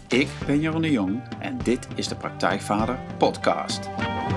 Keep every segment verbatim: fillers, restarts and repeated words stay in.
Ik ben Jeroen de Jong en dit is de Praktijkvader podcast.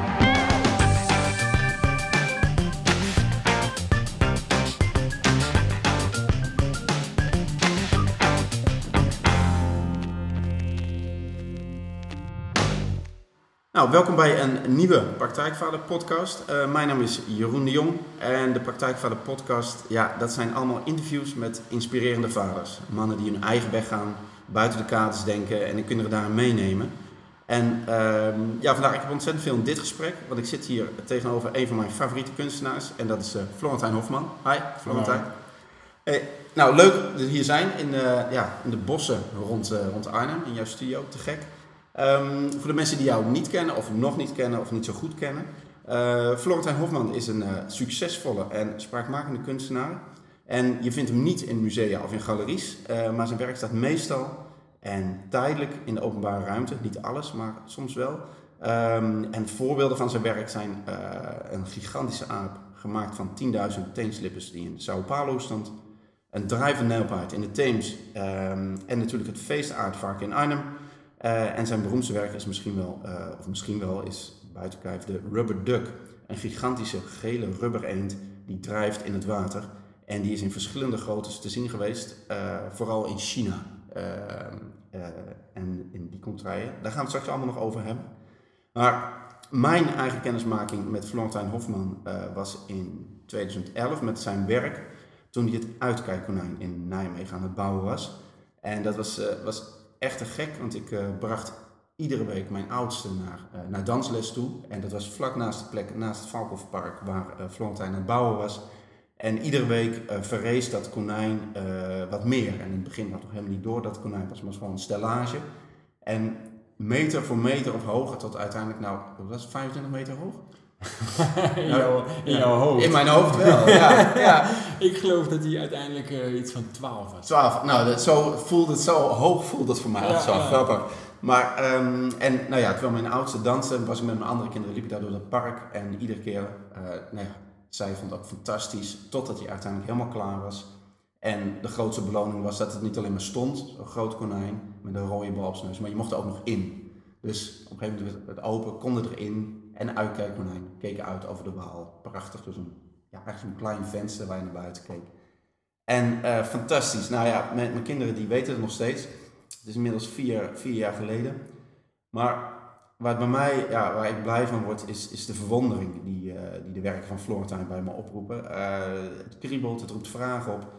Nou, welkom bij een nieuwe Praktijkvader podcast. Uh, mijn naam is Jeroen de Jong en de Praktijkvader podcast, ja, dat zijn allemaal interviews met inspirerende vaders. Mannen die hun eigen weg gaan, buiten de kaders denken en de kinderen daarin meenemen. En uh, ja, vandaag ik heb ontzettend veel in dit gesprek, want ik zit hier tegenover een van mijn favoriete kunstenaars en dat is uh, Florentijn Hofman. Hi, Florentijn. Hey, nou, leuk dat we hier zijn in, uh, ja, in de bossen rond, uh, rond Arnhem, in jouw studio, te gek. Um, voor de mensen die jou niet kennen, of nog niet kennen, of niet zo goed kennen. Uh, Florentijn Hofman is een uh, succesvolle en spraakmakende kunstenaar. En je vindt hem niet in musea of in galeries, uh, maar zijn werk staat meestal en tijdelijk in de openbare ruimte. Niet alles, maar soms wel. Um, en voorbeelden van zijn werk zijn uh, een gigantische aap, gemaakt van tienduizend teenslippers die in Sao Paulo stond. Een drijvende nijlpaard in de Theems. Um, en natuurlijk het feestaardvark in Arnhem. Uh, en zijn beroemdste werk is misschien wel, uh, of misschien wel is buiten kijf de Rubber Duck. Een gigantische gele rubber eend die drijft in het water. En die is in verschillende groottes te zien geweest, uh, vooral in China uh, uh, en in die contraien. Daar gaan we het straks allemaal nog over hebben. Maar mijn eigen kennismaking met Florentijn Hofman uh, was in tweeduizend elf met zijn werk, toen hij het uitkijkkonijn in Nijmegen aan het bouwen was. En dat was... Uh, was echt te gek, want ik uh, bracht iedere week mijn oudste naar, uh, naar dansles toe. En dat was vlak naast de plek, naast het Valkhofpark, waar uh, Florentijn aan het bouwen was. En iedere week uh, verrees dat konijn uh, wat meer. En in het begin had ik nog helemaal niet door dat het konijn was, maar het was gewoon een stellage. En meter voor meter op hoogte, tot uiteindelijk, nou, was het vijfentwintig meter hoog? in, jouw, in jouw hoofd? In mijn hoofd wel, ja. ja. Ik geloof dat hij uiteindelijk uh, iets van twaalf was. twaalf, nou, dat, zo voelde het, zo hoog voelde het voor mij. Ja, dat is wel ja. grappig. Maar, um, en nou ja, terwijl mijn oudste danste, was ik met mijn andere kinderen, liep ik daar door het park. En iedere keer, uh, nou ja, zij vond het ook fantastisch, totdat hij uiteindelijk helemaal klaar was. En de grootste beloning was dat het niet alleen maar stond, een groot konijn met een rode bal op zijn neus, maar je mocht er ook nog in. Dus op een gegeven moment werd het open, konden erin. En een uitkijkkonijn keken uit over de Waal. Prachtig, dus een, ja, echt een klein venster waar je naar buiten keek. En uh, fantastisch. Nou ja, mijn, mijn kinderen die weten het nog steeds. Het is inmiddels vier, vier jaar geleden. Maar waar het bij mij, ja, waar ik blij van word, is, is de verwondering die, uh, die de werken van Florentijn bij me oproepen. Uh, het kriebelt, het roept vragen op.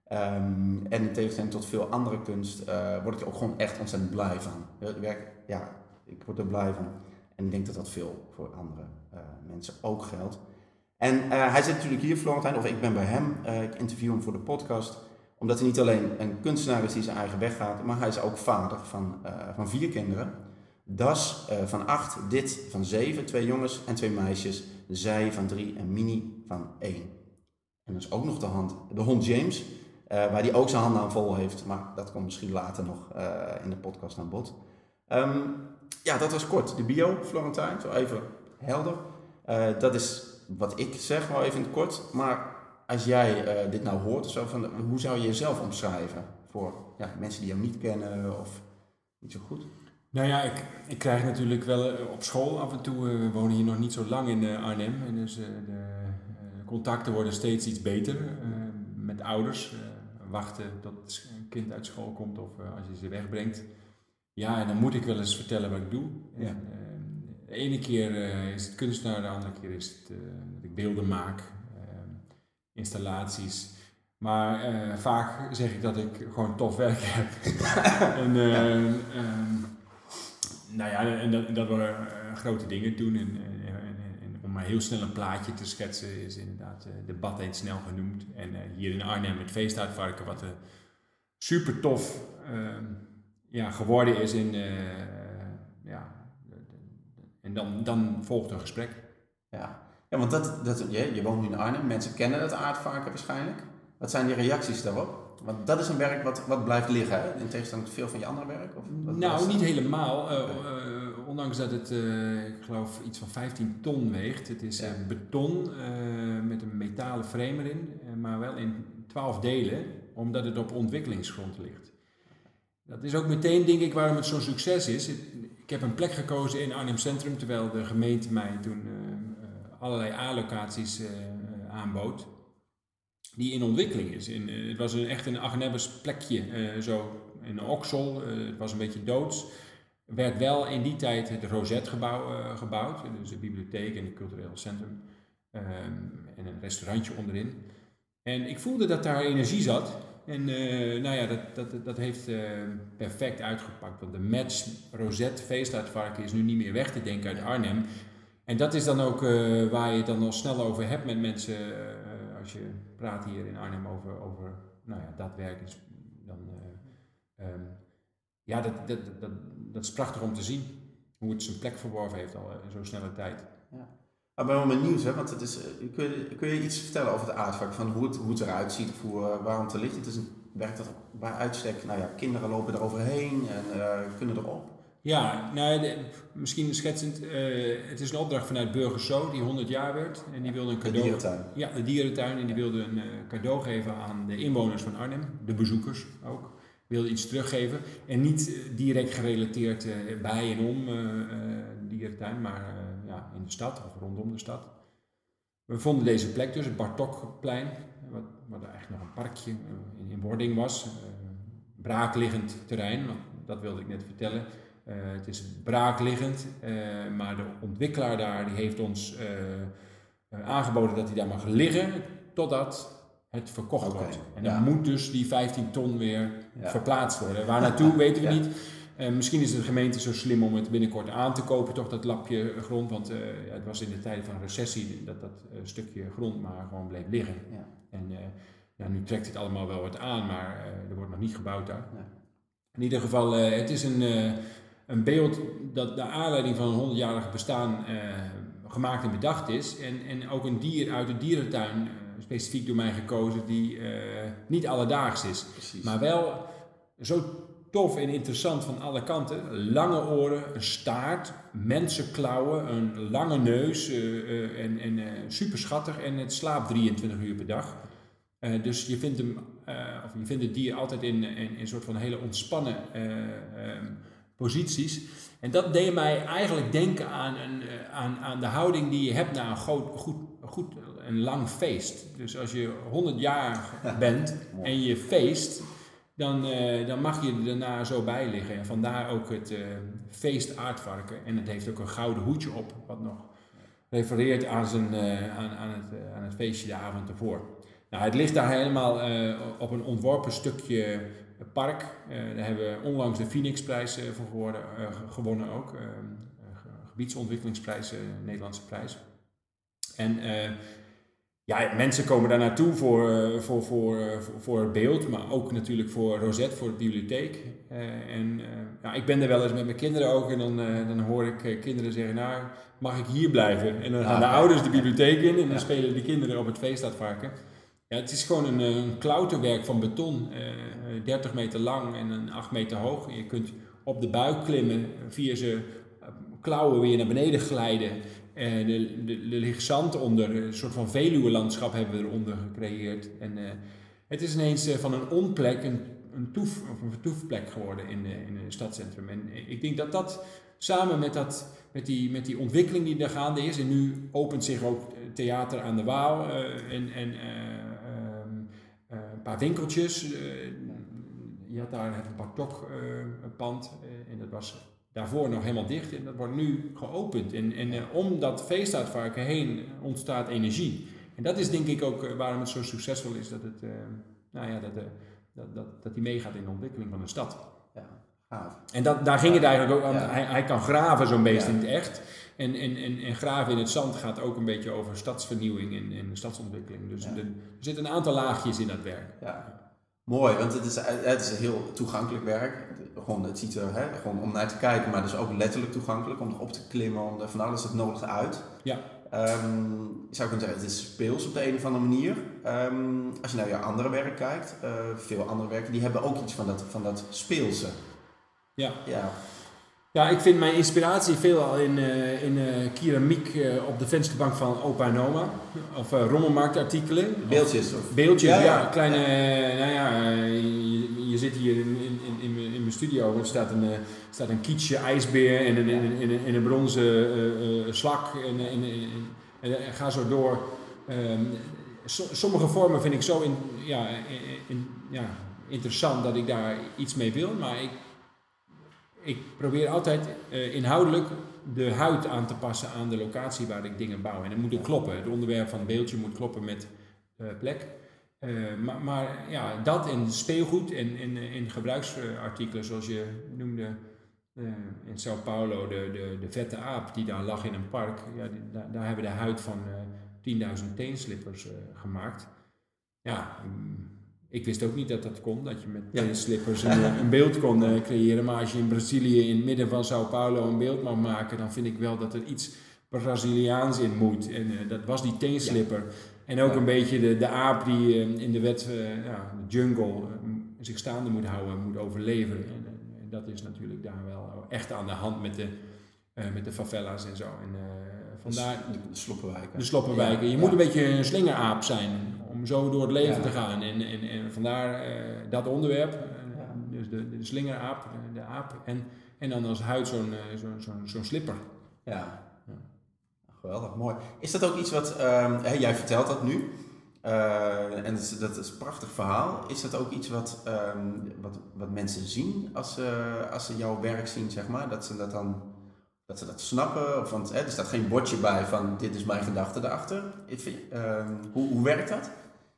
Um, en in tegenstelling tot veel andere kunst uh, word ik er ook gewoon echt ontzettend blij van. Het werk, ja, ik word er blij van. En ik denk dat dat veel voor andere uh, mensen ook geldt. En uh, hij zit natuurlijk hier, Florentijn, of ik ben bij hem. Uh, ik interview hem voor de podcast. Omdat hij niet alleen een kunstenaar is die zijn eigen weg gaat, maar hij is ook vader van, uh, van vier kinderen. Das uh, van acht, Dit van zeven, twee jongens en twee meisjes. Zij van drie en Mini van één. En dat is ook nog de, hand, de hond James, uh, waar hij ook zijn handen aan vol heeft. Maar dat komt misschien later nog uh, in de podcast aan bod. Um, Ja, dat was kort. De bio, Florentijn, zo even helder. Uh, dat is wat ik zeg, wel even in het kort. Maar als jij uh, dit nou hoort, zo van, hoe zou je jezelf omschrijven voor ja, mensen die jou niet kennen of niet zo goed? Nou ja, ik, ik krijg natuurlijk wel uh, op school af en toe, uh, we wonen hier nog niet zo lang in uh, Arnhem. En dus uh, de uh, contacten worden steeds iets beter uh, met ouders. Uh, wachten tot een kind uit school komt of uh, als je ze wegbrengt. Ja, en dan moet ik wel eens vertellen wat ik doe. Ja. En, uh, de ene keer uh, is het kunstenaar, de andere keer is het uh, dat ik beelden maak, uh, installaties. Maar uh, vaak zeg ik dat ik gewoon tof werk heb. en, uh, ja. um, nou ja, en dat, dat we uh, grote dingen doen. En, en, en, en om maar heel snel een plaatje te schetsen is inderdaad uh, de Bad Eend snel genoemd. En uh, hier in Arnhem het feestaardvarken, wat uh, super tof uh, ja, geworden is in, uh, ja, en dan, dan volgt een gesprek. Ja, ja want dat, dat, je, je woont nu in Arnhem, mensen kennen het aardvarken waarschijnlijk. Wat zijn die reacties daarop? Want dat is een werk wat, wat blijft liggen, hè? In tegenstelling tot veel van je andere werk? Of wat, nou, wat niet helemaal. Uh, uh, ondanks dat het, uh, ik geloof, iets van vijftien ton weegt. Het is uh, beton uh, met een metalen frame erin, uh, maar wel in twaalf delen, omdat het op ontwikkelingsgrond ligt. dat is ook meteen, denk ik, waarom het zo'n succes is. Ik heb een plek gekozen in Arnhem Centrum, terwijl de gemeente mij toen uh, uh, allerlei A-locaties uh, uh, aanbood. Die in ontwikkeling is. In, uh, het was een, echt een Agnebbers plekje, uh, zo in een oksel. Uh, het was een beetje doods. Er werd wel in die tijd het Rozetgebouw uh, gebouwd. Dus de bibliotheek en het cultureel centrum. Um, en een restaurantje onderin. En ik voelde dat daar energie zat. En uh, nou ja, dat, dat, dat heeft uh, perfect uitgepakt. Want de match Rozet feestuitvarken is nu niet meer weg te denken uit Arnhem. En dat is dan ook uh, waar je het dan al snel over hebt met mensen. Uh, als je praat hier in Arnhem over, over nou ja, dat werk. Is dan, uh, um, ja, dat, dat, dat, dat is prachtig om te zien. Hoe het zijn plek verworven heeft al in zo'n snelle tijd. Ja. Ik ben wel benieuwd, hè, want het is, kun, je, kun je iets vertellen over het aardvark, van hoe het, hoe het eruit ziet, of hoe, uh, waarom het er ligt? Het is een werk dat bij uitstek, nou ja, kinderen lopen er overheen en uh, kunnen erop. Ja, nou, de, misschien schetsend, uh, het is een opdracht vanuit Burgerso die honderd jaar werd en die wilde een cadeau. De dierentuin. Ja, de dierentuin en die wilde een uh, cadeau geven aan de inwoners van Arnhem, de bezoekers ook. Wilde iets teruggeven en niet uh, direct gerelateerd uh, bij en om uh, uh, de dierentuin, maar uh, ja, in de stad of rondom de stad. We vonden deze plek dus, het Bartokplein, wat, wat eigenlijk nog een parkje uh, in, in wording was. Uh, braakliggend terrein, dat wilde ik net vertellen. Uh, het is braakliggend, uh, maar de ontwikkelaar daar die heeft ons uh, uh, aangeboden dat hij daar mag liggen totdat het verkocht okay, wordt. En dan ja. moet dus die vijftien ton weer ja. verplaatst worden. Waar naartoe weten we ja. niet. Uh, misschien is de gemeente zo slim om het binnenkort aan te kopen, toch dat lapje grond. Want uh, ja, het was in de tijden van recessie dat dat uh, stukje grond maar gewoon bleef liggen. Ja. En uh, ja, nu trekt het allemaal wel wat aan, maar uh, er wordt nog niet gebouwd daar. Ja. In ieder geval, uh, het is een, uh, een beeld dat naar aanleiding van een honderdjarig bestaan uh, gemaakt en bedacht is. En, en ook een dier uit de dierentuin, uh, specifiek door mij gekozen, die uh, niet alledaags is. Precies. Maar wel zo tof en interessant van alle kanten. Lange oren, een staart, mensenklauwen, een lange neus uh, uh, en, en uh, super schattig. En het slaapt drieëntwintig uur per dag. Uh, dus je vindt, hem, uh, of je vindt het dier altijd in, in, in een soort van hele ontspannen uh, um, posities. En dat deed mij eigenlijk denken aan, een, uh, aan, aan de houding die je hebt na een goed, goed, goed een lang feest. Dus als je honderd jaar bent en je feest, dan, uh, dan mag je er daarna zo bij liggen. En vandaar ook het uh, feest aardvarken. En het heeft ook een gouden hoedje op, wat nog refereert aan, zijn, uh, aan, aan, het, uh, aan het feestje de avond ervoor. Nou, het ligt daar helemaal uh, op een ontworpen stukje park. Uh, daar hebben we onlangs de Phoenixprijs uh, voor geworden, uh, gewonnen ook. Uh, gebiedsontwikkelingsprijs, uh, Nederlandse prijs. En uh, ja, mensen komen daar naartoe voor, uh, voor, voor, uh, voor, voor het beeld, maar ook natuurlijk voor Rozet, voor de bibliotheek. Uh, en uh, ja, ik ben er wel eens met mijn kinderen ook en dan, uh, dan hoor ik uh, kinderen zeggen, nou, mag ik hier blijven? En dan gaan de ouders de bibliotheek in en dan spelen de kinderen op het feestuitvarken. Ja, het is gewoon een, een klauterwerk van beton, uh, dertig meter lang en een acht meter hoog. Je kunt op de buik klimmen, via zijn klauwen weer naar beneden glijden. Uh, er ligt zand onder, een soort van Veluwe-landschap hebben we eronder gecreëerd. En uh, het is ineens uh, van een onplek een, een, toef, of een vertoefplek geworden in, uh, in het stadscentrum. En ik denk dat dat samen met, dat, met, die, met die ontwikkeling die er gaande is, en nu opent zich ook theater aan de Waal uh, en, en uh, Uh, een paar winkeltjes. Uh, je had daar het Bartok-pand uh, uh, en dat was daarvoor nog helemaal dicht en dat wordt nu geopend. En, en uh, om dat feestuitvarken heen ontstaat energie. En dat is denk ik ook uh, waarom het zo succesvol is, dat, het, uh, nou ja, dat, uh, dat, dat, dat die meegaat in de ontwikkeling van de stad. Ja, gaaf. En dat, daar ging het eigenlijk ook, want ja. hij, hij kan graven zo'n beest ja. in het echt. En, en, en, en graven in het zand gaat ook een beetje over stadsvernieuwing en, en stadsontwikkeling. Dus ja. de, er zitten een aantal laagjes in dat werk. Ja. Mooi, want het is, het is een heel toegankelijk werk. Gewoon, het ziet er hè, gewoon om naar te kijken, maar dus ook letterlijk toegankelijk. Om erop te klimmen, om er van alles het nodige uit. Ja. Um, je zou kunnen zeggen, het is speels op de een of andere manier. Um, als je naar je andere werk kijkt, uh, veel andere werken, die hebben ook iets van dat, van dat speelse. Ja. Ja. Ja, ik vind mijn inspiratie veelal in, uh, in uh, keramiek uh, op de vensterbank van opa en oma. Of uh, rommelmarktartikelen. Beeldjes? Of? Beeldjes, ja. ja, ja. Kleine, ja. Uh, nou ja, uh, je, je zit hier in, in, in, in, mijn, in mijn studio, er staat een, uh, staat een kietje ijsbeer en een, in, in, in, in een bronzen uh, uh, slak en, en, en, en, en ga zo door. Um, so, sommige vormen vind ik zo in, ja, in, ja, interessant dat ik daar iets mee wil, maar ik, ik probeer altijd uh, inhoudelijk de huid aan te passen aan de locatie waar ik dingen bouw. En dat moet ook kloppen. Het onderwerp van het beeldje moet kloppen met uh, plek. Uh, maar, maar ja, dat en speelgoed en in, in gebruiksartikelen zoals je noemde uh, in Sao Paulo, de, de, de vette aap die daar lag in een park. Ja, die, daar, daar hebben we de huid van uh, tienduizend teenslippers uh, gemaakt. Ja, um, ik wist ook niet dat dat kon, dat je met ja. teenslippers een, een beeld kon uh, creëren. Maar als je in Brazilië in het midden van Sao Paulo een beeld mag maken, dan vind ik wel dat er iets Braziliaans in moet. En uh, dat was die teenslipper. Ja. En ook ja. een beetje de, de aap die uh, in de wet, uh, ja, de jungle, uh, zich staande moet houden, moet overleven. En, uh, en dat is natuurlijk daar wel echt aan de hand met de, uh, met de favela's en zo. En, uh, vandaar, de, de sloppenwijken. De sloppenwijken. Je ja. moet ja. een beetje een slingeraap zijn om zo door het leven ja. te gaan. En, en, en vandaar uh, dat onderwerp, uh, ja. dus de, de slingeraap, de aap. En, en dan als huid zo'n, uh, zo'n, zo'n, zo'n slipper. Ja. Geweldig, mooi. Is dat ook iets wat, uh, hey, jij vertelt dat nu, uh, en dat is, dat is een prachtig verhaal. Is dat ook iets wat, um, wat, wat mensen zien als, uh, als ze jouw werk zien, zeg maar? Dat ze dat dan, dat ze dat snappen? Of, want hè, er staat geen bordje bij van dit is mijn gedachte erachter. Uh, hoe, hoe werkt dat?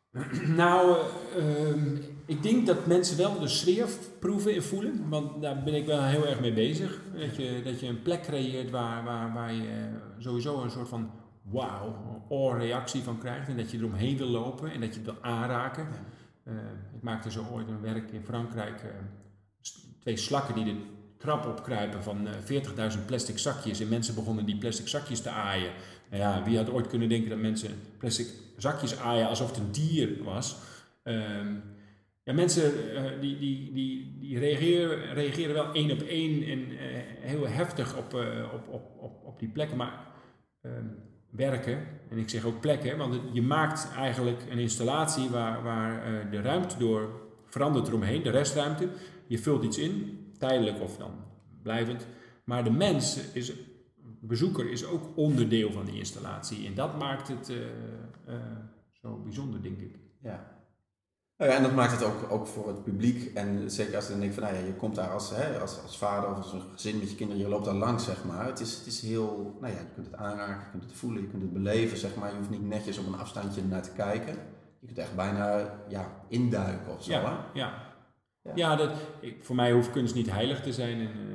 Nou, uh, ik denk dat mensen wel de sfeer proeven en voelen, want daar ben ik wel heel erg mee bezig. Dat je, dat je een plek creëert waar, waar, waar je sowieso een soort van wauw, oorreactie van krijgt en dat je eromheen wil lopen en dat je het wil aanraken. Uh, ik maakte zo ooit een werk in Frankrijk, uh, twee slakken die de trap opkruipen van uh, veertigduizend plastic zakjes en mensen begonnen die plastic zakjes te aaien. Nou ja, wie had ooit kunnen denken dat mensen plastic zakjes aaien alsof het een dier was. Um, ja, mensen uh, die, die, die, die reageren, reageren wel één op één en uh, heel heftig op, uh, op, op, op, op die plekken, maar uh, werken, en ik zeg ook plekken, want het, je maakt eigenlijk een installatie waar, waar uh, de ruimte door verandert eromheen, de restruimte. Je vult iets in, tijdelijk of dan blijvend, maar de mens is... bezoeker is ook onderdeel van die installatie en dat maakt het uh, uh, zo bijzonder, denk ik. Ja. Nou ja, en dat maakt het ook, ook voor het publiek en zeker als je dan denkt van, nou ja, je komt daar als, hè, als, als vader of als een gezin met je kinderen, je loopt daar langs, zeg maar. Het is, het is heel, nou ja, je kunt het aanraken, je kunt het voelen, je kunt het beleven, zeg maar. Je hoeft niet netjes op een afstandje naar te kijken. Je kunt echt bijna, ja, induiken of zo, ja, hè? Ja, ja. ja dat, ik, voor mij hoeft kunst niet heilig te zijn en... Uh,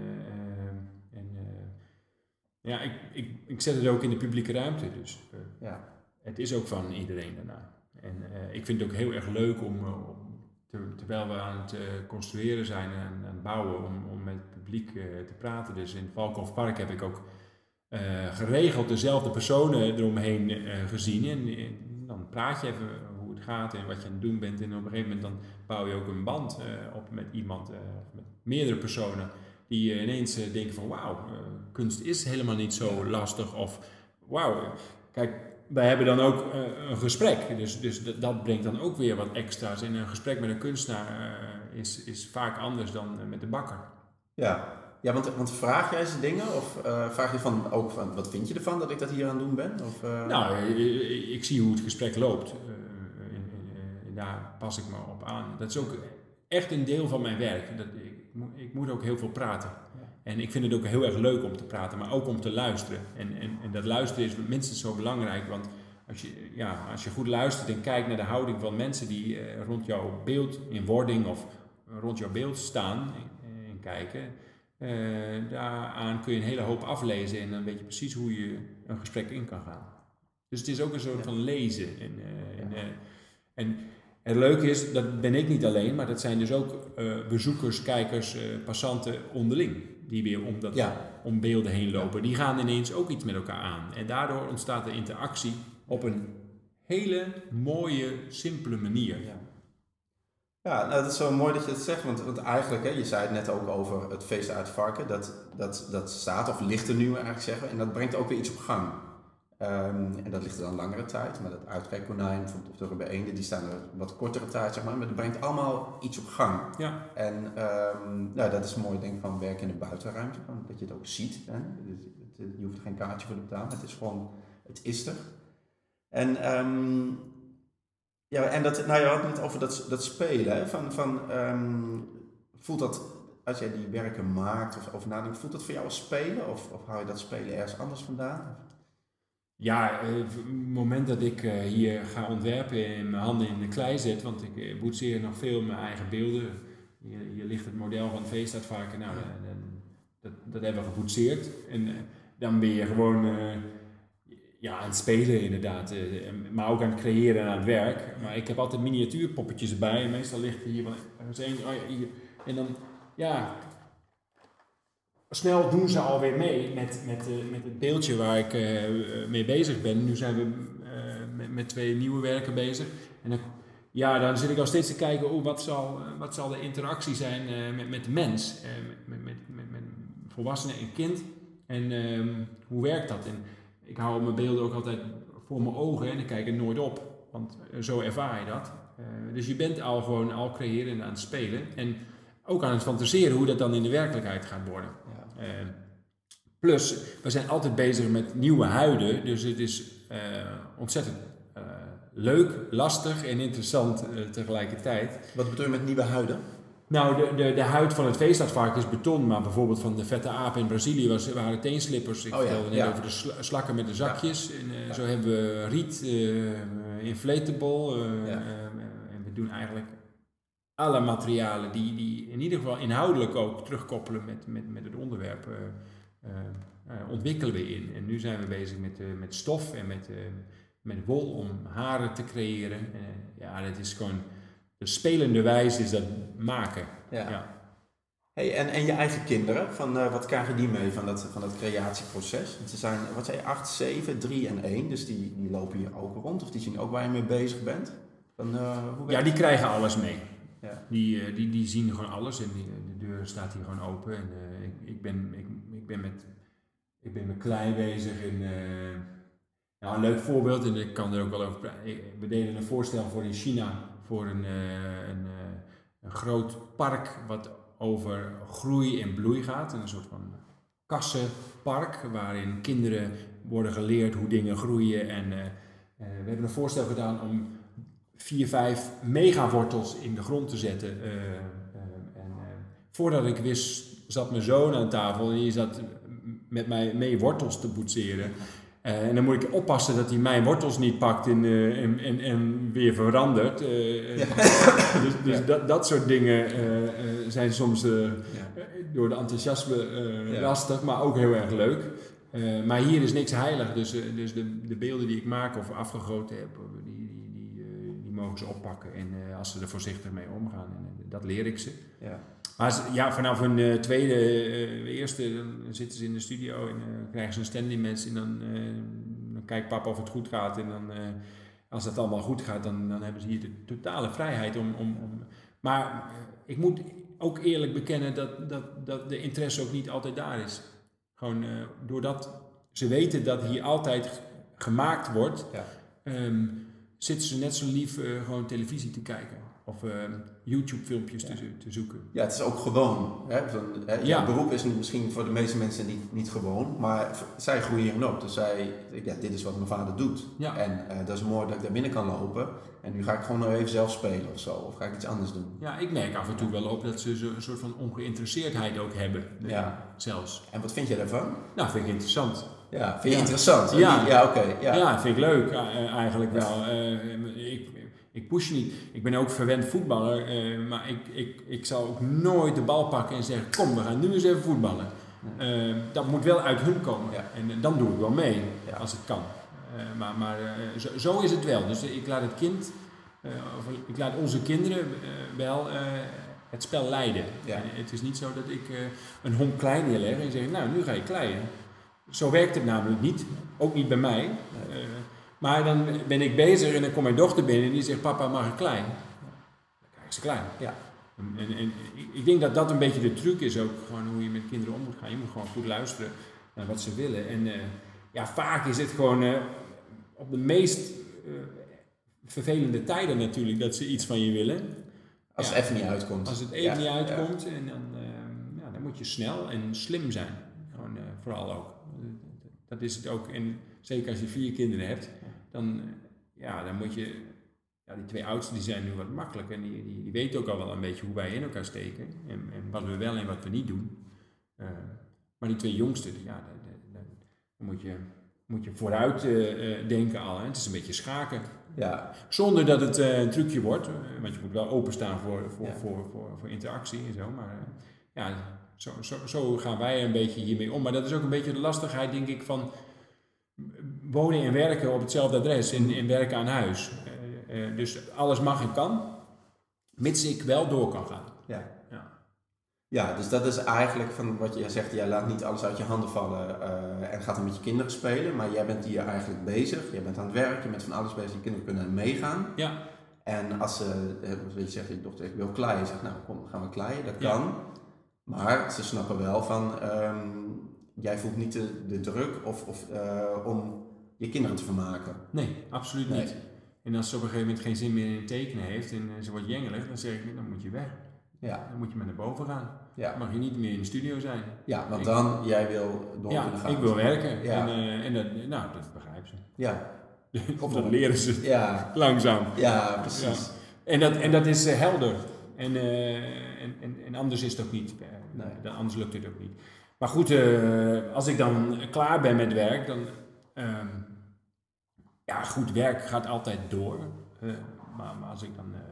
Ja, ik, ik, ik zet het ook in de publieke ruimte, dus uh, ja. Het is ook van iedereen daarna. En uh, ik vind het ook heel erg leuk om, uh, om te, terwijl we aan het uh, construeren zijn en aan het bouwen, om, om met het publiek uh, te praten. Dus in het Valkhof Park heb ik ook uh, geregeld dezelfde personen eromheen uh, gezien. En, en dan praat je even hoe het gaat en wat je aan het doen bent. En op een gegeven moment dan bouw je ook een band uh, op met iemand, uh, met meerdere personen. Die uh, ineens uh, denken van wauw, uh, kunst is helemaal niet zo lastig. Of wauw, kijk, wij hebben dan ook uh, een gesprek. Dus, dus d- dat brengt dan ook weer wat extra's. En een gesprek met een kunstenaar uh, is, is vaak anders dan uh, met de bakker. Ja, ja want, want vraag jij ze dingen? Of uh, vraag je van, ook van, wat vind je ervan dat ik dat hier aan het doen ben? Of, uh... Nou, ik, ik zie hoe het gesprek loopt. Uh, en, en, en daar pas ik me op aan. Dat is ook echt een deel van mijn werk. Dat, ik, ik moet ook heel veel praten. En ik vind het ook heel erg leuk om te praten, maar ook om te luisteren. En, en, en dat luisteren is minstens zo belangrijk, want als je, ja, als je goed luistert en kijkt naar de houding van mensen die uh, rond jouw beeld in wording of rond jouw beeld staan en, en kijken, uh, daaraan kun je een hele hoop aflezen en dan weet je precies hoe je een gesprek in kan gaan. Dus het is ook een soort van lezen. En, uh, en, uh, en het leuke is, dat ben ik niet alleen, maar dat zijn dus ook uh, bezoekers, kijkers, uh, passanten onderling. Die weer om, dat, ja. om beelden heen lopen. Die gaan ineens ook iets met elkaar aan. En daardoor ontstaat de interactie op een hele mooie, simpele manier. Ja, ja nou, dat is zo mooi dat je dat zegt. Want, want eigenlijk, hè, je zei het net ook over het feest uit Varken. Dat, dat, dat staat of ligt er nu eigenlijk zeggen. En dat brengt ook weer iets op gang. Um, en dat ligt er dan langere tijd, maar dat uitkijkkonijn of de rubber eenden, die staan er wat kortere tijd, zeg maar. Maar dat brengt allemaal iets op gang. Ja. En um, nou, dat is een mooi ding van werken in de buitenruimte, van, dat je het ook ziet. Hè? Je hoeft er geen kaartje voor te betalen, het is gewoon, het is er. En, um, ja, en dat, nou, je had het over dat, dat spelen, hè? Van, van, um, voelt dat, als jij die werken maakt of over nadenkt, voelt dat voor jou als spelen? Of, of hou je dat spelen ergens anders vandaan? Ja, uh, het moment dat ik uh, hier ga ontwerpen en mijn handen in de klei zet, want ik uh, boetseer nog veel mijn eigen beelden. Hier, hier ligt het model van het veestaartvarken, nou, uh, dat, dat hebben we geboetseerd. En uh, dan ben je gewoon uh, ja, aan het spelen inderdaad, uh, maar ook aan het creëren en aan het werk. Maar ik heb altijd miniatuurpoppetjes erbij en meestal ligt er hier wel eens één, oh ja, hier. En dan, ja... Snel doen ze alweer mee met, met, uh, met het beeldje waar ik uh, mee bezig ben. Nu zijn we uh, met, met twee nieuwe werken bezig. En dan, ja, dan zit ik al steeds te kijken, oh, wat, zal, uh, wat zal de interactie zijn uh, met, met de mens, uh, met, met, met, met volwassenen en kind. En uh, hoe werkt dat? En ik hou mijn beelden ook altijd voor mijn ogen en ik kijk er nooit op, want uh, zo ervaar je dat. Uh, dus je bent al gewoon al creëren en aan het spelen. En ook aan het fantaseren hoe dat dan in de werkelijkheid gaat worden. Ja. Uh, plus, we zijn altijd bezig met nieuwe huiden, dus het is uh, ontzettend uh, leuk, lastig en interessant uh, tegelijkertijd. Wat bedoel je met nieuwe huiden? Nou, de, de, de huid van het veestaartvarken is beton, maar bijvoorbeeld van de vette aap in Brazilië was, waren teenslippers. Ik oh, vertelde ja. net ja. over de sl- slakken met de zakjes. Ja. En, uh, ja. Zo hebben we riet, uh, inflatable uh, ja. uh, en we doen eigenlijk alle materialen die, die in ieder geval inhoudelijk ook terugkoppelen met, met, met het onderwerp, uh, uh, uh, ontwikkelen we in. En nu zijn we bezig met, uh, met stof en met, uh, met wol om haren te creëren. Uh, ja, dat is gewoon, de spelende wijze is dat maken. Ja. Ja. Hey, en, en je eigen kinderen, van, uh, wat krijgen die mee van dat, van dat creatieproces? Ze zijn, wat zei je, acht, zeven, drie en één, dus die, die lopen hier ook rond, of die zien ook waar je mee bezig bent? Van, uh, hoe ja, die krijgen alles mee. Ja. Die, die, die zien gewoon alles en die, de deur staat hier gewoon open. En, uh, ik, ik, ben, ik, ik, ben met, ik ben met klei bezig. En, uh, nou, een leuk voorbeeld, en ik kan er ook wel over praten. We deden een voorstel voor in China voor een, uh, een, uh, een groot park wat over groei en bloei gaat. Een soort van kassenpark waarin kinderen worden geleerd hoe dingen groeien. En uh, uh, we hebben een voorstel gedaan om vier, vijf megawortels in de grond te zetten. Uh, uh, en, uh, voordat ik wist, zat mijn zoon aan tafel en die zat met mij mee wortels te boetseren. Uh, en dan moet ik oppassen dat hij mijn wortels niet pakt en, uh, en, en, en weer verandert. Uh, ja. Dus, dus ja. dat, dat soort dingen uh, uh, zijn soms uh, ja. door de enthousiasme uh, ja. lastig, maar ook heel erg leuk. Uh, maar hier is niks heilig, dus, uh, dus de, de beelden die ik maak of afgegoten heb, die, die, die, uh, die mogen ze oppakken en uh, als ze er voorzichtig mee omgaan, en, uh, dat leer ik ze. Ja. Maar ja, vanaf een uh, tweede, uh, eerste, dan zitten ze in de studio en uh, krijgen ze een stand-in-mens en dan, uh, dan kijkt papa of het goed gaat. En dan, uh, als dat allemaal goed gaat, dan, dan hebben ze hier de totale vrijheid om... om, om maar uh, ik moet ook eerlijk bekennen dat, dat, dat de interesse ook niet altijd daar is. Gewoon uh, doordat ze weten dat hier altijd gemaakt wordt, ja. um, zitten ze net zo lief uh, gewoon televisie te kijken. Of uh, YouTube-filmpjes ja. te, te zoeken. Ja, het is ook gewoon. Hè? Van, hè? Ja. Het beroep is misschien voor de meeste mensen niet, niet gewoon, maar zij groeien hierin op. Dus zij, ja, dit is wat mijn vader doet. Ja. En uh, dat is mooi dat ik daar binnen kan lopen. En nu ga ik gewoon nog even zelf spelen of zo. Of ga ik iets anders doen. Ja, ik merk af en toe wel op dat ze zo een soort van ongeïnteresseerdheid ook hebben. Ja. Zelfs. En wat vind je daarvan? Nou, vind ik interessant. Ja, vind je ja. interessant? Ja, ja oké. Okay. Ja. ja, vind ik leuk uh, eigenlijk ja. wel. Uh, ik, Ik push niet. Ik ben ook verwend voetballer, uh, maar ik, ik, ik zal ook nooit de bal pakken en zeggen, kom, we gaan nu eens even voetballen. Uh, dat moet wel uit hun komen. Ja. En uh, dan doe ik wel mee, ja. als het kan. Uh, maar maar uh, zo, zo is het wel. Dus uh, ik laat het kind, uh, of ik laat onze kinderen uh, wel uh, het spel leiden. Ja. Uh, het is niet zo dat ik uh, een hond klei neerleg en zeg, nou, nu ga je kleien. Zo werkt het namelijk niet. Ook niet bij mij. Uh, Maar dan ben ik bezig en dan komt mijn dochter binnen en die zegt, papa, mag ik klein? Dan krijg ik ze klein. Ja. En, en, en ik denk dat dat een beetje de truc is ook, gewoon hoe je met kinderen om moet gaan. Je moet gewoon goed luisteren naar wat ze willen. En uh, ja, vaak is het gewoon uh, op de meest uh, vervelende tijden natuurlijk dat ze iets van je willen. Als ja, het even niet uitkomt. Als het even ja, niet uitkomt, ja. en dan, uh, ja, dan moet je snel en slim zijn. Gewoon, uh, vooral ook. Dat is het ook. En zeker als je vier kinderen hebt, dan, ja, dan moet je... Ja, die twee oudsten die zijn nu wat makkelijk en die, die, die weten ook al wel een beetje hoe wij in elkaar steken. En, en wat we wel en wat we niet doen. Uh, maar die twee jongsten, ja, dan moet je, moet je vooruit uh, denken al. Hè. Het is een beetje schaken. Ja. Zonder dat het uh, een trucje wordt. Uh, want je moet wel openstaan voor, voor, ja. voor, voor, voor interactie en zo. Maar uh, ja, zo, zo, zo gaan wij een beetje hiermee om. Maar dat is ook een beetje de lastigheid, denk ik, van wonen en werken op hetzelfde adres. En, en werken aan huis. Uh, uh, dus alles mag en kan. Mits ik wel door kan gaan. Ja. Ja. Ja, dus dat is eigenlijk van wat je zegt, jij laat niet alles uit je handen vallen uh, en gaat dan met je kinderen spelen, maar jij bent hier eigenlijk bezig, jij bent aan het werk, je bent van alles bezig, je kinderen kunnen meegaan. Ja. En als ze, weet je zegt, je dochter, ik wil kleien, je zegt, nou kom, gaan we kleien, dat kan. Ja. Maar ze snappen wel van, um, jij voelt niet de, de druk of, of, uh, om je kinderen te vermaken. Nee, absoluut nee. niet. En als ze op een gegeven moment geen zin meer in tekenen heeft en ze wordt jengelig, dan zeg ik, dan moet je weg. Ja. Dan moet je maar naar boven gaan. Ja. Dan mag je niet meer in de studio zijn. Ja, want dan, ik, jij wil door ja, kunnen gaan. ik wil werken. Ja. En, uh, en dat, nou, dat begrijpen ze. Ja. Of dat leren ze ja. langzaam. Ja, precies. Ja. En, dat, en dat is uh, helder. En, uh, en, en, en anders is het ook niet. Uh, nee. Dan, anders lukt het ook niet. Maar goed, uh, als ik dan klaar ben met werk, dan... Uh, ja, goed, werk gaat altijd door. Uh, maar, maar als ik dan... Uh,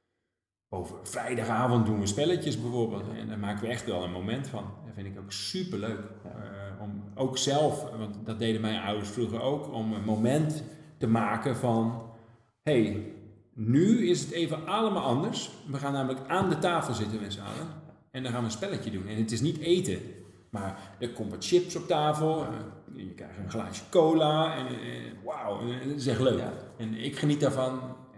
over vrijdagavond doen we spelletjes bijvoorbeeld. En daar maken we echt wel een moment van. Dat vind ik ook super leuk. Ja. Uh, om ook zelf, want dat deden mijn ouders vroeger ook, om een moment te maken van... Hé, hey, nu is het even allemaal anders. We gaan namelijk aan de tafel zitten met z'n allen. En dan gaan we een spelletje doen. En het is niet eten. Maar er komt wat chips op tafel. Uh, je krijgt een glaasje cola. En uh, wauw, dat is echt leuk. Ja. En ik geniet daarvan.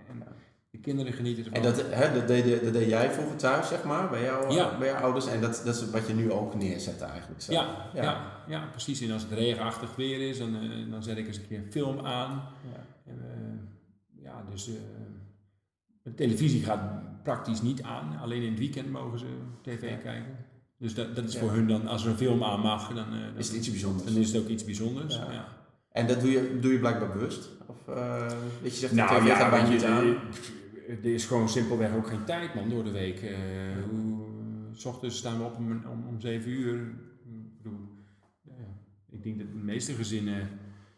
De kinderen genieten ervan. En dat, hè, dat, deed, dat deed jij vroeger thuis, zeg maar, bij, jou, ja. bij jouw ouders. En dat, dat is wat je nu ook neerzet eigenlijk. Zo. Ja, ja. Ja, ja, precies. En als het regenachtig weer is, dan, uh, dan zet ik eens een keer een film aan. Ja, en, uh, ja dus uh, de televisie gaat praktisch niet aan. Alleen in het weekend mogen ze tv ja. kijken. Dus dat, dat is ja. voor hun dan, als er een film aan mag, dan, uh, dan is het iets bijzonders. Dan is het ook iets bijzonders. Ja. Ja. En dat doe je, doe je blijk's bewust? Of uh, weet je zegt, nou, de tv ja, gaat bijna niet aan? Er is gewoon simpelweg ook geen tijd, man, door de week. Uh, hoe, 's ochtends staan we op om, om, om zeven uur. Ik bedoel, uh, ik denk dat de meeste gezinnen...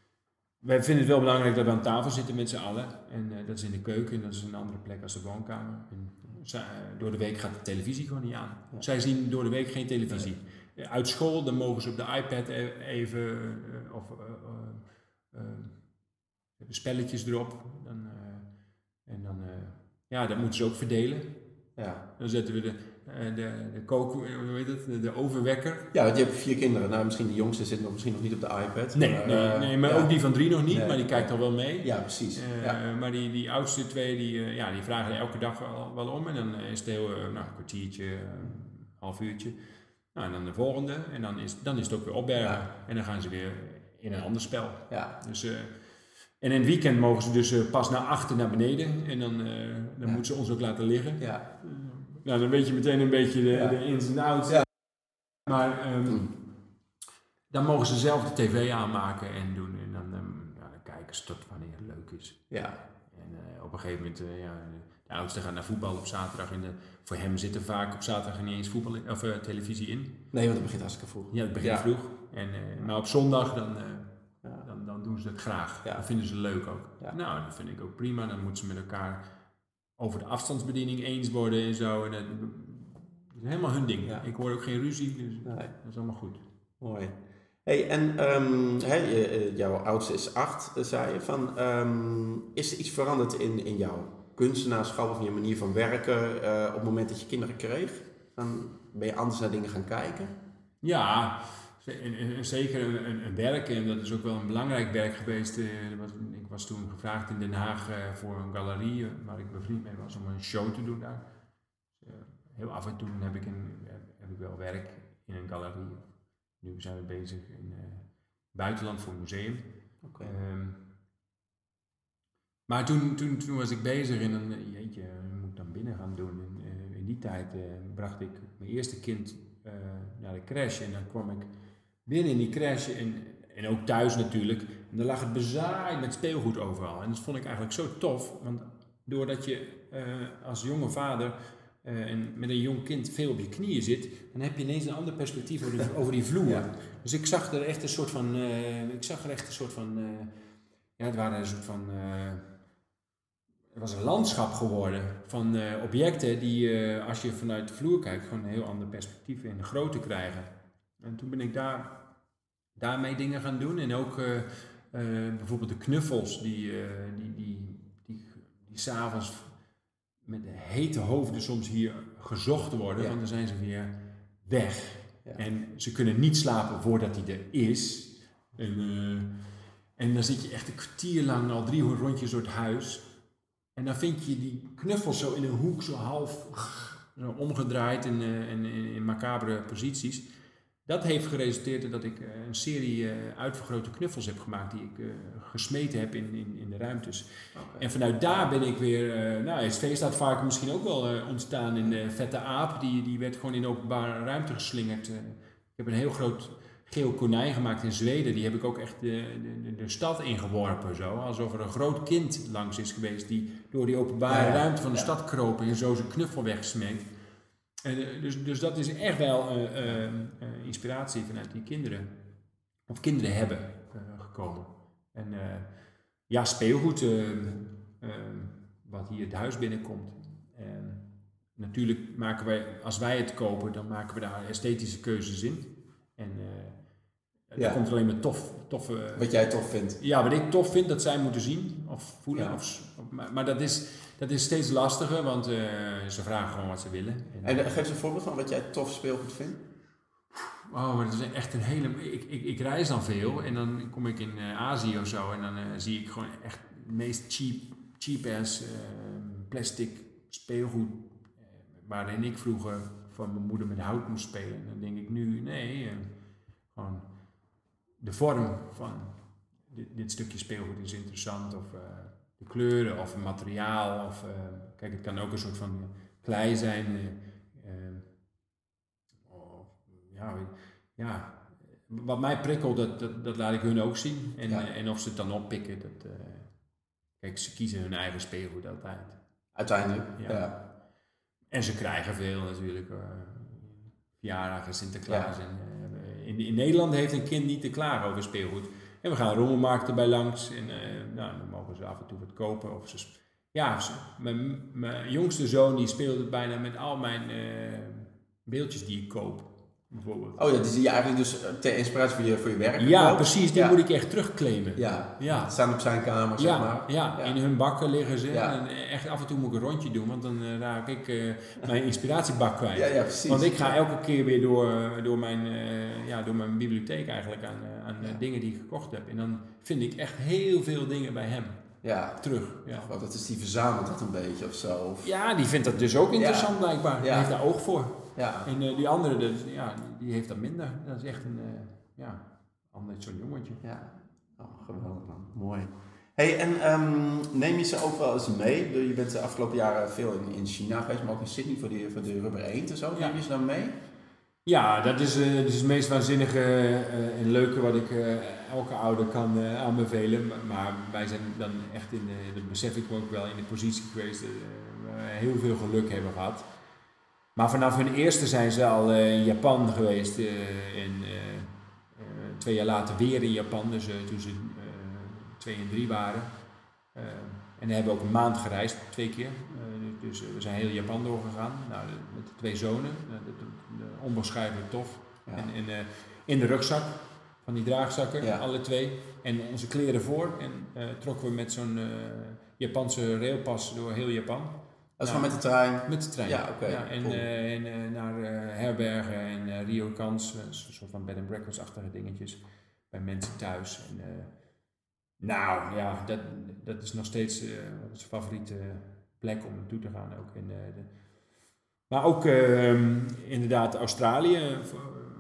Wij vinden het wel belangrijk dat we aan tafel zitten met z'n allen. En uh, dat is in de keuken en dat is een andere plek als de woonkamer. En, uh, door de week gaat de televisie gewoon niet aan. Ja. Zij zien door de week geen televisie. Nee. Uh, uit school, dan mogen ze op de iPad even... Uh, of uh, uh, uh, spelletjes erop. Dan, uh, en dan... Uh, Ja, dat moeten ze ook verdelen. Ja. Dan zetten we de, de, de kook, hoe heet het, de, de ovenwekker. Ja, want je hebt vier kinderen. Nou, misschien de jongste zit nog, misschien nog niet op de iPad. Nee, maar, nee, nee, maar ja. ook die van drie nog niet, nee, maar die kijkt al wel mee. Ja, precies. Uh, ja. Maar die, die oudste twee, die, uh, ja, die vragen er elke dag wel, wel om. En dan is het heel, uh, nou, een kwartiertje, een uh, half uurtje. Nou, en dan de volgende. En dan is, dan is het ook weer opbergen. Ja. En dan gaan ze weer in een ander spel. Ja. Dus... Uh, En in het weekend mogen ze dus uh, pas naar achter naar beneden. En dan, uh, dan ja. moeten ze ons ook laten liggen. Ja. Uh, nou, dan weet je meteen een beetje de, ja. de ins en outs. Ja. Maar um, mm. dan mogen ze zelf de tv aanmaken en doen. En dan, um, ja, dan kijken ze tot wanneer het leuk is. Ja. En uh, op een gegeven moment, uh, ja, de oudste gaat naar voetbal op zaterdag. En de, voor hem zit er vaak op zaterdag niet eens voetbal in, of uh, televisie in. Nee, want het begint hartstikke vroeg. Ja, het begint ja. vroeg. En, uh, maar op zondag dan... Uh, Ja. Dan, dan doen ze dat graag. Ja. Dat vinden ze leuk ook. Ja. Nou, dat vind ik ook prima. Dan moeten ze met elkaar over de afstandsbediening eens worden en zo. En dat, dat is helemaal hun ding. Ja. Ik hoor ook geen ruzie, dus nee. dat is allemaal goed. Mooi. Hey, en um, hey, jouw oudste is acht, zei je. Van, um, is er iets veranderd in, in jouw kunstenaarschap of in je manier van werken uh, op het moment dat je kinderen kreeg? Dan ben je anders naar dingen gaan kijken? Ja... En, en, zeker een, een werk, en dat is ook wel een belangrijk werk geweest. Uh, was, ik was toen gevraagd in Den Haag uh, voor een galerie, uh, waar ik bevriend mee was, om een show te doen daar. Uh, heel af en toe heb ik, een, heb ik wel werk in een galerie. Nu zijn we bezig in uh, buitenland voor een museum. Okay. Um, maar toen, toen, toen was ik bezig en dan, jeetje, wat moet ik dan binnen gaan doen? En, uh, in die tijd uh, bracht ik mijn eerste kind uh, naar de crash en dan kwam ik binnen in die crash en, en ook thuis natuurlijk. En dan lag het bezaaid met speelgoed overal. En dat vond ik eigenlijk zo tof, want doordat je uh, als jonge vader uh, en met een jong kind veel op je knieën zit, dan heb je ineens een ander perspectief over die, over die vloer. Ja. Dus ik zag er echt een soort van, uh, ik zag er echt een soort van, uh, ja, het waren een soort van, uh, het was een landschap geworden van uh, objecten die, uh, als je vanuit de vloer kijkt, gewoon een heel ander perspectief in de grootte krijgen. En toen ben ik daar, daarmee dingen gaan doen en ook uh, uh, bijvoorbeeld de knuffels die, uh, die, die, die, die s'avonds met hete hoofden soms hier gezocht worden, ja. Want dan zijn ze weer weg. Ja. En ze kunnen niet slapen voordat hij er is. En, uh, en dan zit je echt een kwartier lang al drie rondjes door het huis. En dan vind je die knuffels zo in een hoek, zo half zo omgedraaid in, uh, in, in, in macabere posities. Dat heeft geresulteerd in dat ik uh, een serie uh, uitvergrote knuffels heb gemaakt die ik uh, gesmeten heb in, in, in de ruimtes. Okay. En vanuit daar ben ik weer, uh, nou is feestaardvarken misschien ook wel uh, ontstaan in de vette aap. Die, die werd gewoon in de openbare ruimte geslingerd. Uh, ik heb een heel groot geel konijn gemaakt in Zweden. Die heb ik ook echt de, de, de stad ingeworpen. Zo. Alsof er een groot kind langs is geweest die door die openbare ja, ja. ruimte van de ja. stad kroop en zo zijn knuffel wegsmeet. En, dus, dus dat is echt wel uh, uh, uh, inspiratie vanuit die kinderen, of kinderen hebben uh, gekomen. En uh, ja, speelgoed, uh, uh, wat hier het huis binnenkomt. En natuurlijk maken wij, als wij het kopen, dan maken we daar esthetische keuzes in. En uh, ja. er komt alleen maar tof, toffe... Wat jij tof vindt. Ja, wat ik tof vind, dat zij moeten zien of voelen. Ja. Of, of, maar, maar dat is... Dat is steeds lastiger, want uh, ze vragen gewoon wat ze willen. En, en geef eens een voorbeeld van wat jij tof speelgoed vindt. Oh, maar dat is echt een hele... Ik, ik, ik reis dan veel en dan kom ik in uh, Azië of zo en dan uh, zie ik gewoon echt het meest cheap, cheap ass uh, plastic speelgoed. Uh, waarin ik vroeger van mijn moeder met hout moest spelen. En dan denk ik nu, nee, uh, gewoon de vorm van dit, dit stukje speelgoed is interessant of... Uh, de kleuren of materiaal of uh, kijk, het kan ook een soort van klei zijn. Uh, uh, of, ja, ja, wat mij prikkelt, dat, dat, dat laat ik hun ook zien. En, ja. uh, en of ze het dan oppikken, dat, uh, kijk, ze kiezen hun eigen speelgoed altijd. Uiteindelijk, ja. ja. En ze krijgen veel natuurlijk. Uh, verjaardag en Sinterklaas. Ja. En, uh, in, in Nederland heeft een kind niet te klagen over speelgoed. En we gaan rommelmarkten bij langs en uh, nou, dan mogen ze af en toe wat kopen. Of ze, ja, ze, mijn, mijn jongste zoon die speelde bijna met al mijn uh, beeldjes die ik koop, bijvoorbeeld. Oh ja, die zie je eigenlijk dus ter inspiratie voor je, voor je werk? Ja, gekoopt. Precies, die ja. moet ik echt terugclaimen. Ja, ja. Staan op zijn kamer, zeg ja, maar. Ja, ja, in hun bakken liggen ze. Ja. En echt af en toe moet ik een rondje doen, want dan uh, raak ik uh, mijn inspiratiebak kwijt. Ja, ja, precies. Want ik ga elke keer weer door, door, mijn, uh, ja, door mijn bibliotheek eigenlijk aan, uh, aan ja. dingen die ik gekocht heb. En dan vind ik echt heel veel dingen bij hem. Ja, terug. Ja. Wat dat is die verzamelt dat een beetje of zo? Of... Ja, die vindt dat dus ook interessant ja. blijkbaar. Die ja. heeft daar oog voor. Ja. En uh, die andere, dus, ja, die heeft dat minder. Dat is echt een, uh, ja, ander zo'n jongetje. Ja, oh, geweldig man. Mooi. Hey, en um, neem je ze ook wel eens mee? Je bent de afgelopen jaren veel in, in China geweest, maar ook in Sydney voor, die, voor de Rubber Eend en zo. Ja. Neem je ze dan mee? Ja, dat is, uh, dat is het meest waanzinnige uh, en leuke wat ik uh, elke ouder kan uh, aanbevelen. Maar wij zijn dan echt in, uh, dat besef ik ook wel, in de positie geweest uh, waar we heel veel geluk hebben gehad. Maar vanaf hun eerste zijn ze al uh, in Japan geweest uh, en uh, uh, twee jaar later weer in Japan, dus uh, toen ze uh, twee en drie waren. Uh, en dan hebben we ook een maand gereisd, twee keer. Uh, dus uh, we zijn heel Japan doorgegaan, nou, de, met de twee zonen. Uh, de, de, de, onbeschrijfelijk tof. Ja. En, en uh, in de rugzak van die draagzakken, ja. alle twee. En onze kleren voor. En uh, trokken we met zo'n uh, Japanse railpas door heel Japan. Dat is gewoon met de trein? Met de trein. Ja, oké. Okay. Ja, en cool. uh, en uh, naar uh, herbergen en uh, ryokans, uh, een soort van bed and breakfast-achtige dingetjes. Bij mensen thuis. En, uh, nou ja, dat, dat is nog steeds uh, onze favoriete plek om naartoe te gaan ook. En, uh, de, maar ook uh, inderdaad Australië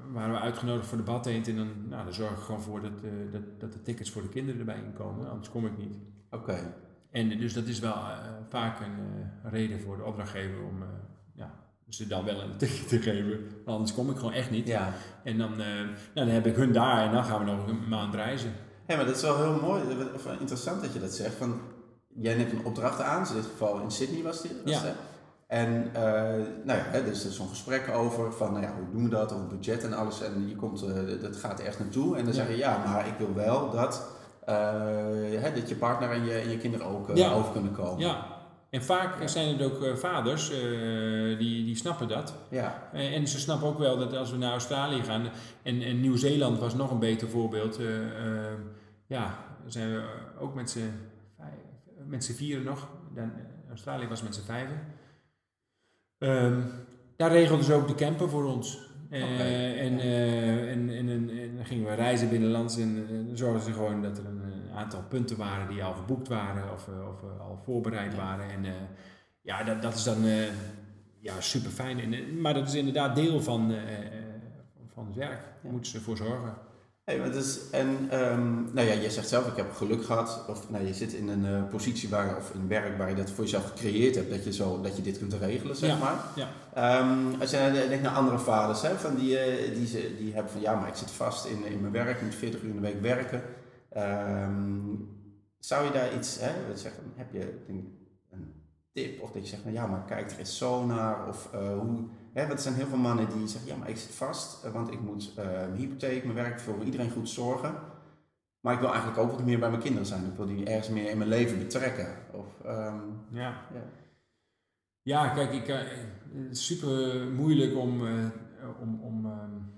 waren we uitgenodigd voor de badtent en dan, nou, dan zorg ik gewoon voor dat, uh, dat, dat de tickets voor de kinderen erbij inkomen, anders kom ik niet. Oké. Okay. En dus dat is wel uh, vaak een uh, reden voor de opdrachtgever om uh, ja, ze dan wel een ticket te geven, anders kom ik gewoon echt niet. Ja. En dan, uh, nou, dan heb ik hun daar en dan gaan we nog een maand reizen. Ja, maar dat is wel heel mooi, of interessant dat je dat zegt. Van, jij neemt een opdracht aan, dus in dit geval in Sydney was dit. Was ja. Het? En uh, nou ja, dus er is zo'n gesprek over van nou ja, hoe doen we dat, over budget en alles. En je komt, uh, dat gaat er echt naartoe. En dan ja. zeg je ja, maar ik wil wel dat, uh, hè, dat je partner en je, en je kinderen ook uh, ja. over kunnen komen. Ja, en vaak ja. zijn het ook uh, vaders uh, die, die snappen dat. Ja. Uh, en ze snappen ook wel dat als we naar Australië gaan, en, en Nieuw-Zeeland was nog een beter voorbeeld. Uh, uh, ja, zijn we ook met z'n, met z'n vieren nog. Dan, Australië was met z'n vijven. Um, daar regelden ze ook de camper voor ons. Uh, okay. en, uh, en, en, en, en dan gingen we reizen binnenlands en uh, zorgden ze gewoon dat er een, een aantal punten waren die al geboekt waren of, uh, of uh, al voorbereid ja. waren. En uh, ja, dat, dat is dan uh, ja, super fijn. En, uh, maar dat is inderdaad deel van, uh, van het werk. Daar ja. moeten ze voor zorgen. Hey, maar dus, en um, nou ja, je zegt zelf, ik heb geluk gehad, of nou, je zit in een uh, positie waar, of in werk waar je dat voor jezelf gecreëerd hebt, dat je, zo, dat je dit kunt regelen, zeg ja, maar. Ja. Um, als je denkt naar andere vaders, hè, van die, uh, die, die, die hebben van ja, maar ik zit vast in, in mijn werk, ik moet veertig uur in de week werken. Um, zou je daar iets, hè, wat zeg, heb je denk, een tip, of dat je zegt, nou ja, maar kijk er eens zo naar, of uh, hoe... He, want er zijn heel veel mannen die zeggen, ja, maar ik zit vast, want ik moet uh, mijn hypotheek, mijn werk voor iedereen goed zorgen. Maar ik wil eigenlijk ook wat meer bij mijn kinderen zijn. Ik wil die ergens meer in mijn leven betrekken. Of, um, ja. ja. Ja, kijk, ik, uh, het is super moeilijk om, uh, om, om, um,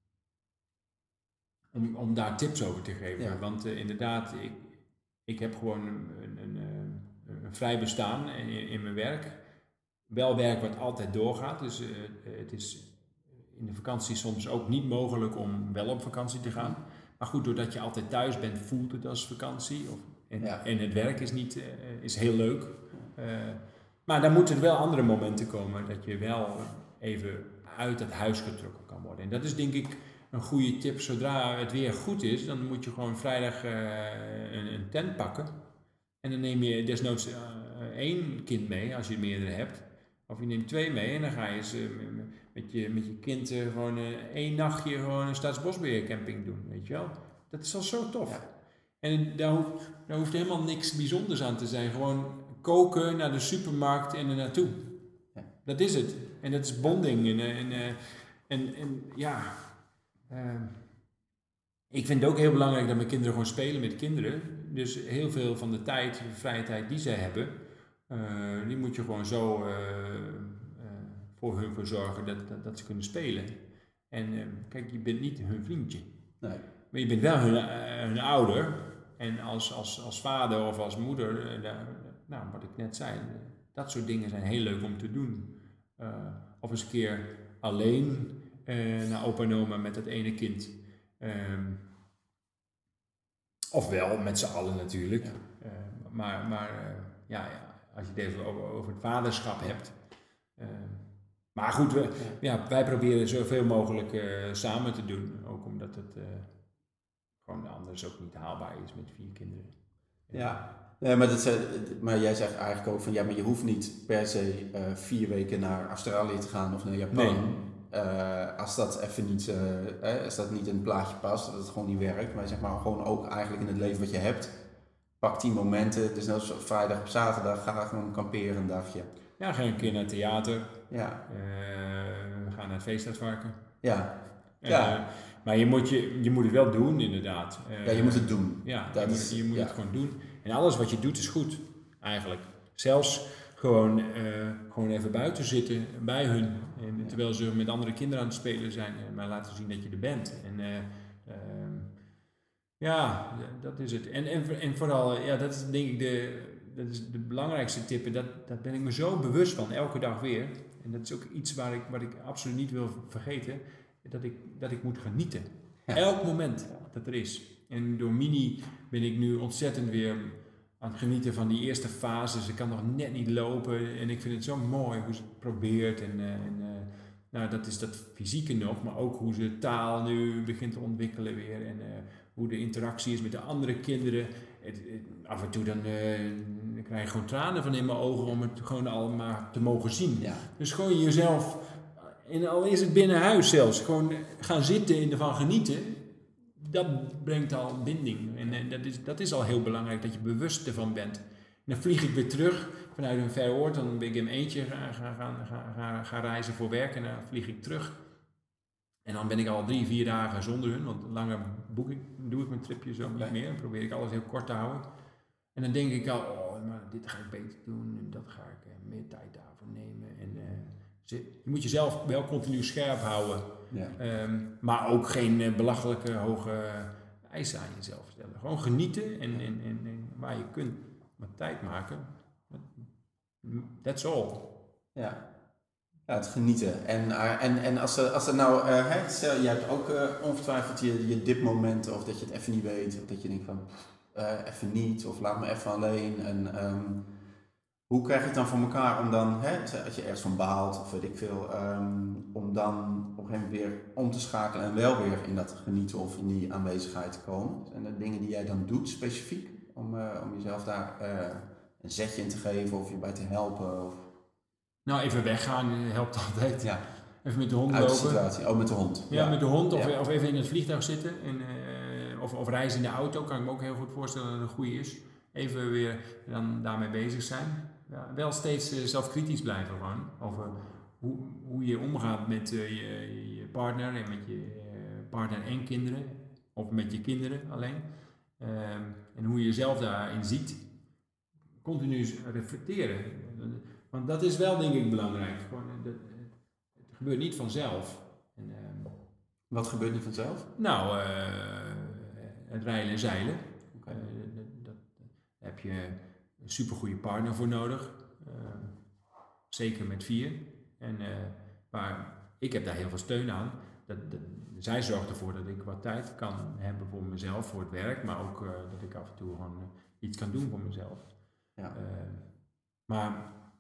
om, om daar tips over te geven. Ja. Want uh, inderdaad, ik, ik heb gewoon een, een, een, een vrij bestaan in, in mijn werk. Wel werk wat altijd doorgaat, dus uh, het is in de vakantie soms ook niet mogelijk om wel op vakantie te gaan. Maar goed, doordat je altijd thuis bent, voelt het als vakantie. Of, en, ja. en het werk is, niet, uh, is heel leuk. Uh, maar dan moeten er wel andere momenten komen dat je wel even uit het huis getrokken kan worden. En dat is denk ik een goede tip. Zodra het weer goed is, dan moet je gewoon vrijdag uh, een, een tent pakken. En dan neem je desnoods uh, één kind mee, als je meerdere hebt. Of je neemt twee mee en dan ga je eens uh, met, je, met je kind uh, gewoon uh, één nachtje gewoon een Staatsbosbeheercamping doen, weet je wel. Dat is al zo tof. Ja. En daar hoeft, daar hoeft helemaal niks bijzonders aan te zijn. Gewoon koken, naar de supermarkt en er naartoe. Ja. Dat is het. En dat is bonding. En, en, en, en, en ja, uh, ik vind het ook heel belangrijk dat mijn kinderen gewoon spelen met kinderen. Dus heel veel van de tijd, de vrije tijd die zij hebben, Uh, die moet je gewoon zo uh, uh, voor hun voor zorgen dat, dat, dat ze kunnen spelen. En uh, kijk, je bent niet hun vriendje. Nee. Maar je bent wel hun, uh, hun ouder. En als, als, als vader of als moeder, uh, daar, nou, wat ik net zei, uh, dat soort dingen zijn heel leuk om te doen. Uh, of eens een keer alleen uh, naar opa en oma met dat ene kind. Um, of wel met z'n allen natuurlijk. Ja. Uh, maar maar uh, ja, ja. Als je het even over, over het vaderschap hebt. Uh, maar goed, we, ja, wij proberen zoveel mogelijk uh, samen te doen. Ook omdat het uh, gewoon anders ook niet haalbaar is met vier kinderen. Ja, ja maar, dat, maar jij zegt eigenlijk ook van ja, maar je hoeft niet per se uh, vier weken naar Australië te gaan of naar Japan. Nee. Uh, als dat even niet, uh, eh, als dat niet in het plaatje past, dat het gewoon niet werkt. Maar zeg maar gewoon ook eigenlijk in het leven wat je hebt. Pak die momenten, dus net zoals vrijdag op zaterdag, ga gewoon kamperen een dagje. Ja, ga een keer naar het theater. Ja. Uh, ga naar het feestuitvarken. Ja. Uh, ja. Maar je moet, je, je moet het wel doen, inderdaad. Uh, ja, je moet het doen. Ja, dat je is, moet, je moet ja. het gewoon doen. En alles wat je doet is goed, eigenlijk. Zelfs gewoon, uh, gewoon even buiten zitten, bij hun. En, ja. Terwijl ze met andere kinderen aan het spelen zijn. Maar laten zien dat je er bent. En... Uh, uh, Ja, dat is het. En, en, en vooral, ja, dat is denk ik de, dat is de belangrijkste tip. En dat, dat ben ik me zo bewust van, elke dag weer. En dat is ook iets waar ik, wat ik absoluut niet wil vergeten. Dat ik, dat ik moet genieten. Ja. Elk moment dat er is. En door Mini ben ik nu ontzettend weer aan het genieten van die eerste fase. Ze kan nog net niet lopen. En ik vind het zo mooi hoe ze het probeert. En, en, nou, dat is dat fysieke nog, maar ook hoe ze taal nu begint te ontwikkelen weer. En uh, hoe de interactie is met de andere kinderen. Het, het, af en toe dan, uh, dan krijg je gewoon tranen van in mijn ogen om het gewoon allemaal te mogen zien. Ja. Dus gewoon jezelf, en al is het binnen huis zelfs, gewoon gaan zitten en ervan genieten. Dat brengt al binding. En, en dat, is, dat is al heel belangrijk, dat je bewust ervan bent. En dan vlieg ik weer terug vanuit een ver oord. Dan ben ik in mijn eentje gaan ga, ga, ga, ga, ga reizen voor werk. En dan vlieg ik terug. En dan ben ik al drie, vier dagen zonder hun. Want langer boek ik, doe ik mijn tripje zo niet meer. Dan probeer ik alles heel kort te houden. En dan denk ik al, oh, maar dit ga ik beter doen. En dat ga ik uh, meer tijd daarvoor nemen. En uh, je moet jezelf wel continu scherp houden. Ja. Um, maar ook geen uh, belachelijke hoge uh, eisen aan jezelf stellen. Gewoon genieten en, en, en, en waar je kunt wat tijd maken. That's all. Ja, ja het genieten. En, uh, en, en als, er, als er nou, uh, hè, stel, je hebt ook uh, ongetwijfeld je, je dipmomenten of dat je het even niet weet. Of dat je denkt van, uh, even niet of laat me even alleen. En, um, hoe krijg je het dan voor elkaar om dan, hè, als je ergens van baalt of weet ik veel, um, om dan op een gegeven moment weer om te schakelen en wel weer in dat genieten of in die aanwezigheid te komen? Zijn er dingen die jij dan doet specifiek om, uh, om jezelf daar uh, een zetje in te geven of je bij te helpen? Of... Nou, even weggaan helpt altijd. Ja. Even met de hond Uit de lopen. situatie, oh met de hond. Ja, ja. met de hond of, ja. of even in het vliegtuig zitten en, uh, of, of reizen in de auto, kan ik me ook heel goed voorstellen dat het een goede is. Even weer dan daarmee bezig zijn. Ja, wel steeds uh, zelfkritisch blijven gewoon over hoe, hoe je omgaat met uh, je, je partner en met je uh, partner en kinderen of met je kinderen alleen uh, en hoe je jezelf daarin ziet. Continu reflecteren, want dat is wel denk ik belangrijk. Gewoon, dat, het gebeurt niet vanzelf. En, uh, Wat gebeurt niet vanzelf? Nou, uh, het rijden en zeilen. Okay. Uh, dat, dat, daar heb je een supergoeie partner voor nodig. Uh, zeker met vier. En, uh, maar ik heb daar heel veel steun aan. Dat, dat, zij zorgt ervoor dat ik wat tijd kan hebben voor mezelf, voor het werk. Maar ook uh, dat ik af en toe gewoon uh, iets kan doen voor mezelf. Ja. Uh, maar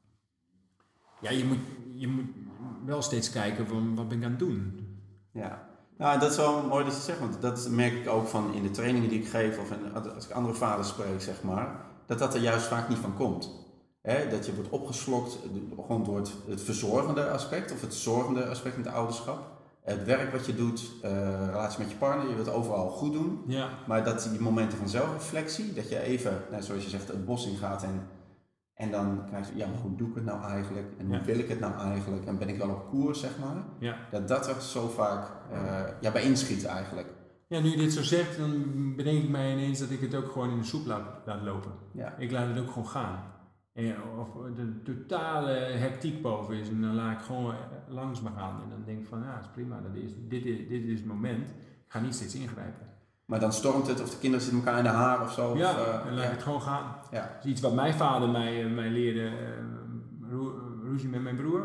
ja, je moet, je moet wel steeds kijken van wat ben ik aan het doen. Ja. Nou, dat is wel mooi dat je zegt, want dat merk ik ook van in de trainingen die ik geef of in, als ik andere vaders spreek, zeg maar, dat dat er juist vaak niet van komt. He, dat je wordt opgeslokt gewoon door het, het verzorgende aspect of het zorgende aspect met de ouderschap. Het werk wat je doet, uh, relatie met je partner, je wilt overal goed doen. Ja. Maar dat die momenten van zelfreflectie, dat je even, nou, zoals je zegt, het bos in gaat en, en dan krijg je, ja, maar hoe doe ik het nou eigenlijk? En hoe ja. wil ik het nou eigenlijk? En ben ik wel op koers, zeg maar? Ja. Dat dat er zo vaak uh, ja, bij inschiet eigenlijk. Ja, nu je dit zo zegt, dan bedenk ik mij ineens dat ik het ook gewoon in de soep laat, laat lopen. Ja. Ik laat het ook gewoon gaan. En of de totale hectiek boven is en dan laat ik gewoon langs me gaan. En dan denk ik van, ja, dat is prima, dat is, dit, is, dit is het moment. Ik ga niet steeds ingrijpen. Maar dan stormt het of de kinderen zitten elkaar in de haar of zo? Ja, of, uh, dan laat ik ja. het gewoon gaan. Ja. Dat is iets wat mijn vader mij, uh, mij leerde, uh, ro- ruzie met mijn broer.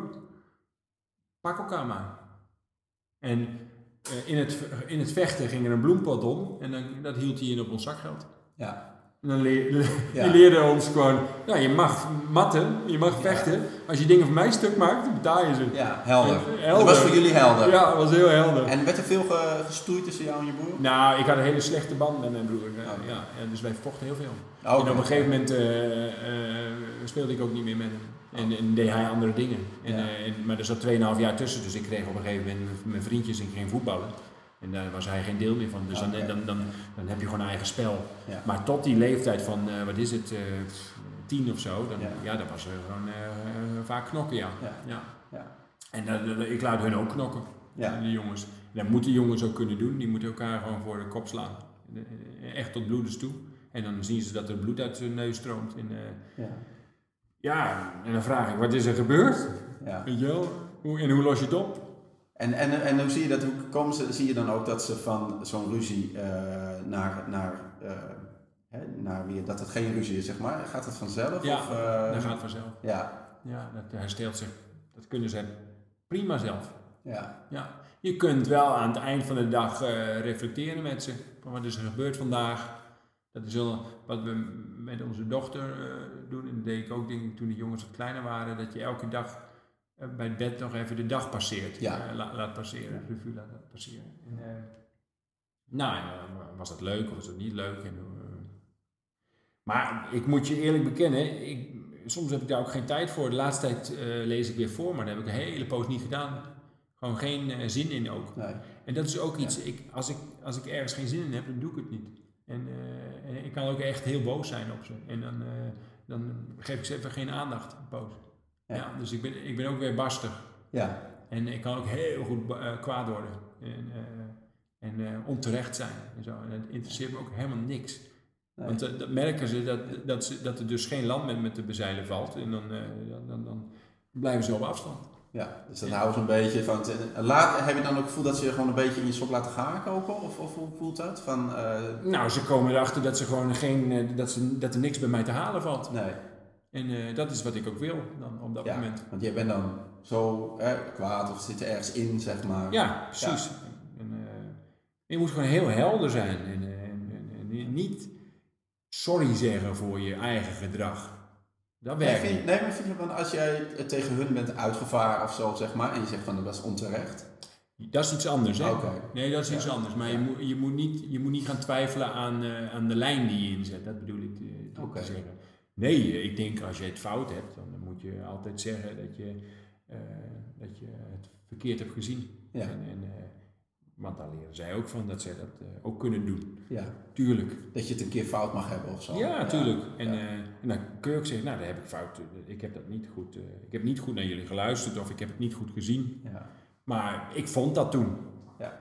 Pak elkaar maar. En uh, in, het, in het vechten ging er een bloempot om en dan, dat hield hij in op ons zakgeld. Ja. En dan leer, ja. die leerden ons gewoon, ja, je mag matten, je mag vechten. Ja. Als je dingen voor mij stuk maakt, dan betaal je ze. Ja, helder. En, helder. Dat was voor jullie helder. Ja, dat was heel helder. En werd er veel ge- gestoeid tussen jou en je broer? Nou, ik had een hele slechte band met mijn broer. Okay. Ja, ja, dus wij vochten heel veel. Okay. En op een gegeven moment uh, uh, speelde ik ook niet meer met hem. En, oh. en deed hij andere dingen. En, ja. uh, en, maar er zat tweeënhalf jaar tussen, dus ik kreeg op een gegeven moment mijn vriendjes en ik ging voetballen. En daar was hij geen deel meer van. Dus okay. dan, dan, dan, dan heb je gewoon een eigen spel. Ja. Maar tot die leeftijd van, uh, wat is het, uh, tien of zo, dan, ja. ja, dat was er gewoon uh, uh, vaak knokken, ja. ja. ja. ja. En uh, uh, ik laat hun ook knokken, ja. de jongens. En dat moeten jongens ook kunnen doen. Die moeten elkaar gewoon voor de kop slaan. Echt tot bloedens toe. En dan zien ze dat er bloed uit hun neus stroomt. En, uh, ja. ja, en dan vraag ik, wat is er gebeurd? Ja. Weet je wel? Hoe, en hoe los je het op? En, en, en hoe zie je dat, hoe komen ze, zie je dan ook dat ze van zo'n ruzie uh, naar, naar, uh, hè, naar weer, dat het geen ruzie is, zeg maar? Gaat het vanzelf? Ja, of, uh, dat gaat vanzelf. Ja. Ja, dat herstelt zich. Dat kunnen ze prima zelf. Ja. Ja. Je kunt wel aan het eind van de dag uh, reflecteren met ze. Wat is er gebeurd vandaag? Dat is wel wat we met onze dochter uh, doen. En dat deed ik ook denk ik, toen de jongens wat kleiner waren. Dat je elke dag bij het bed nog even de dag passeert. Ja. Uh, la, laat passeren, ja. Revue laat, laat passeren. En, uh, nou, uh, was dat leuk of was dat niet leuk? En, uh, maar ik moet je eerlijk bekennen, ik, soms heb ik daar ook geen tijd voor. De laatste tijd uh, lees ik weer voor, maar dat heb ik een hele poos niet gedaan. Gewoon geen uh, zin in ook. Nee. En dat is ook iets, ja. ik, als, ik, als ik ergens geen zin in heb, dan doe ik het niet. En, uh, en ik kan ook echt heel boos zijn op ze. En dan, uh, dan geef ik ze even geen aandacht, boos. Ja. Ja, dus ik ben, ik ben ook weer barstig. Ja. En ik kan ook heel goed uh, kwaad worden. En, uh, en uh, onterecht zijn. En, zo. En dat interesseert me ook helemaal niks. Nee. Want uh, dat merken ze dat, dat ze dat er dus geen land met me te bezeilen valt. En dan, uh, dan, dan, dan blijven ze op afstand. Ja, dus dan ja. houden ze een beetje van... Laat, heb je dan ook het gevoel dat ze je gewoon een beetje in je sok laten gaan kopen? Of, of hoe voelt dat? Van, uh... Nou, ze komen erachter dat, ze gewoon geen, uh, dat, ze, dat er niks bij mij te halen valt. Nee. En uh, dat is wat ik ook wil dan op dat ja, moment. Want jij bent dan zo eh, kwaad of zit er ergens in, zeg maar. Ja, precies. Ja. En, uh, je moet gewoon heel helder zijn. En, uh, en, en, en niet sorry zeggen voor je eigen gedrag. Dat werkt nee, vind, niet. Nee, maar vind je van als jij tegen hun bent uitgevaren of zo, zeg maar, en je zegt van dat is onterecht. Dat is iets anders, hè? Okay. Nee, dat is ja. iets anders. Maar ja. je, moet, je, moet niet, je moet niet gaan twijfelen aan, uh, aan de lijn die je inzet. Dat bedoel ik te, te, okay. te zeggen. Nee, ik denk als je het fout hebt, dan moet je altijd zeggen dat je, uh, dat je het verkeerd hebt gezien. Ja. En, en, uh, want daar leren zij ook van, dat zij dat uh, ook kunnen doen. Ja. Tuurlijk. Dat je het een keer fout mag hebben of zo. Ja, ja. tuurlijk. En, ja. Uh, en dan kun je ook zeggen, nou, daar heb ik fout. Ik heb dat niet goed, uh, ik heb niet goed naar jullie geluisterd of ik heb het niet goed gezien. Ja. Maar ik vond dat toen. Ja.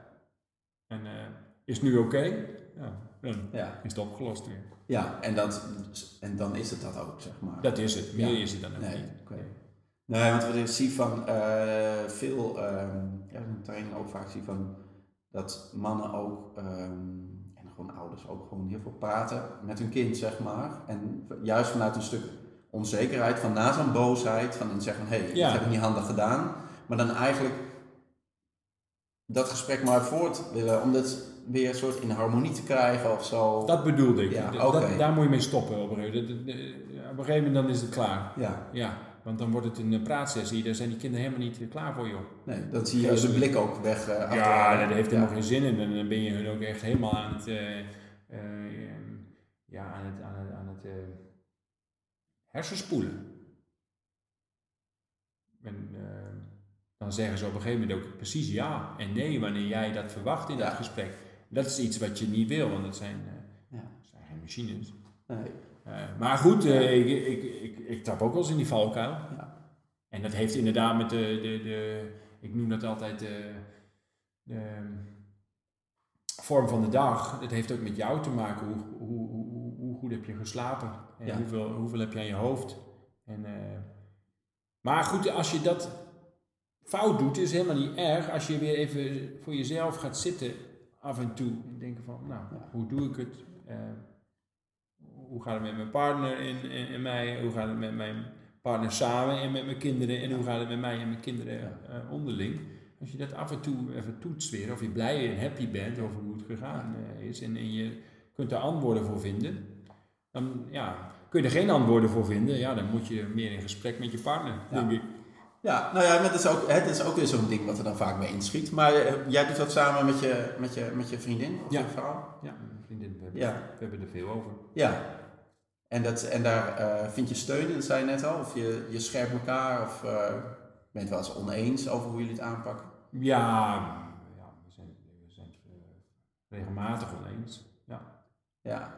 En uh, is het nu oké? Okay? Ja, dan ja. is het opgelost weer. Ja, en, dat, en dan is het dat ook, zeg maar. Dat is het. Meer ja. is het dan ook nee, niet. Okay. Nee. nee, want wat ik zie van uh, veel, um, ja, in training ook vaak zie van dat mannen ook, um, en gewoon ouders ook gewoon heel veel praten met hun kind, zeg maar. En juist vanuit een stuk onzekerheid, van na zo'n boosheid, van dan zeggen, hé, hey, ja. dat heb ik niet handig gedaan. Maar dan eigenlijk dat gesprek maar voort willen, om dat weer een soort in harmonie te krijgen of zo. Dat bedoelde ik. Ja, dat, okay. Daar moet je mee stoppen op een gegeven moment. Op een gegeven moment dan is het klaar. Ja. Ja, want dan wordt het een praatsessie, daar zijn die kinderen helemaal niet klaar voor, joh. Nee, dan zie je de blik ook weg. Uh, ja, dat heeft helemaal ja. geen zin in. En dan ben je hun ook echt helemaal aan het, uh, uh, ja, aan het, aan het, aan het uh, hersenspoelen. En, uh, dan zeggen ze op een gegeven moment ook precies ja en nee wanneer jij dat verwacht in ja. dat gesprek. Dat is iets wat je niet wil, want het zijn, uh, ja. het zijn geen machines. Nee. Uh, maar goed, uh, ja. ik, ik, ik, ik trap ook wel eens in die valkuil. Ja. En dat heeft inderdaad met de, de, de ik noem dat altijd de, de vorm van de dag. Dat heeft ook met jou te maken. Hoe, hoe, hoe, hoe goed heb je geslapen? En ja. hoeveel, hoeveel heb je aan je hoofd? En, uh, maar goed, als je dat fout doet, is helemaal niet erg. Als je weer even voor jezelf gaat zitten af en toe en denken van, nou, ja. hoe doe ik het? Uh, hoe gaat het met mijn partner en, en, en mij? Hoe gaat het met mijn partner samen en met mijn kinderen? En hoe gaat het met mij en mijn kinderen uh, onderling? Als je dat af en toe even toetst weer, of je blij en happy bent over hoe het gegaan uh, is en, en je kunt daar antwoorden voor vinden, dan ja, kun je er geen antwoorden voor vinden, ja, dan moet je meer in gesprek met je partner, ja. denk ik. Ja, nou ja, maar dat is ook, het is ook weer zo'n ding wat er dan vaak mee inschiet. Maar uh, jij doet dat samen met je, met je, met je vriendin of ja. je vrouw? Ja, mijn vriendin, we hebben, ja. we hebben er veel over. Ja, en, dat, en daar uh, vind je steun in, dat zei je net al, of je, je scherpt elkaar, of uh, ben je het wel eens oneens over hoe jullie het aanpakken? Ja, ja we zijn, we zijn uh, regelmatig oneens, ja. Ja.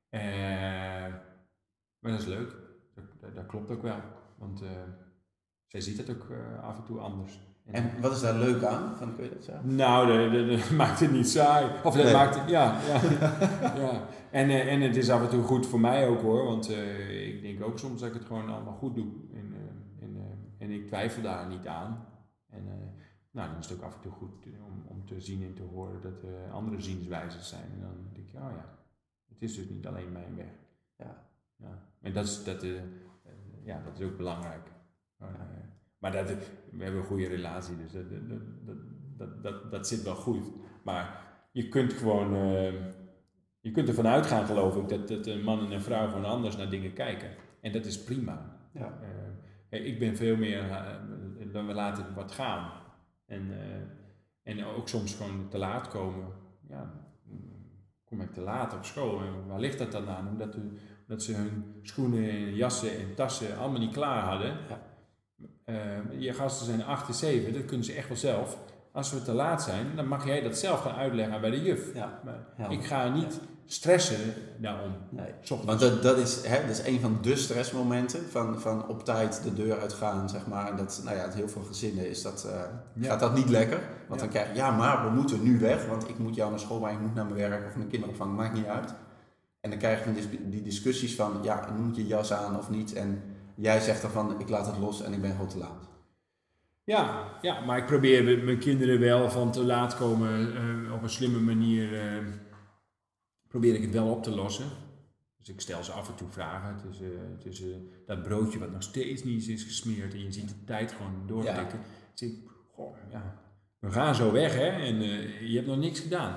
Uh, maar dat is leuk, dat, dat, dat klopt ook wel, want uh, zij ziet het ook uh, af en toe anders. En, en wat is daar leuk aan? Van, kun je dat zeggen? Nou, dat, dat, dat maakt het niet saai. Of dat nee. maakt het, ja. ja, ja. En, uh, en het is af en toe goed voor mij ook hoor, want uh, ik denk ook soms dat ik het gewoon allemaal goed doe. En, uh, en, uh, en ik twijfel daar niet aan. En uh, nou, dan is het ook af en toe goed om, om te zien en te horen dat er uh, andere zienswijzes zijn. En dan denk je, oh ja, het is dus niet alleen mijn weg. Ja. Ja. En dat is, dat, uh, ja, dat is ook belangrijk. Uh, maar dat, we hebben een goede relatie, dus dat, dat, dat, dat, dat, dat zit wel goed. Maar je kunt gewoon, uh, je kunt ervan uitgaan geloof ik, dat, dat een man en een vrouw gewoon anders naar dingen kijken. En dat is prima. Ja. Uh, ik ben veel meer, uh, dan we laten wat gaan. En, uh, en ook soms gewoon te laat komen. Ja, kom ik te laat op school. En waar ligt dat dan aan? Omdat, we, omdat ze hun schoenen en jassen en tassen allemaal niet klaar hadden. Ja. Uh, je gasten zijn acht en zeven, dat kunnen ze echt wel zelf. Als we te laat zijn, dan mag jij dat zelf gaan uitleggen bij de juf. Ja. Maar ik ga niet stressen daarom. Nee. Want dat, dat, is, hè, dat is een van de stressmomenten van, van op tijd de deur uitgaan, zeg maar. En dat, nou ja, heel veel gezinnen is dat, uh, ja. gaat dat niet lekker. Want ja. dan krijg je, ja maar we moeten nu weg, want ik moet jou naar school brengen, ik moet naar mijn werk of naar kinderopvang, maakt niet uit. En dan krijg je die, die discussies van, ja, moet je jas aan of niet? En jij zegt dan van, ik laat het los en ik ben gewoon te laat. Ja, ja, maar ik probeer mijn kinderen wel van te laat komen uh, op een slimme manier. Uh, probeer ik het wel op te lossen. Dus ik stel ze af en toe vragen. Het is, uh, het is uh, dat broodje wat nog steeds niet is gesmeerd en je ziet de tijd gewoon doortikken. Ja. Dus ik, goh, ja, we gaan zo weg hè en uh, je hebt nog niks gedaan.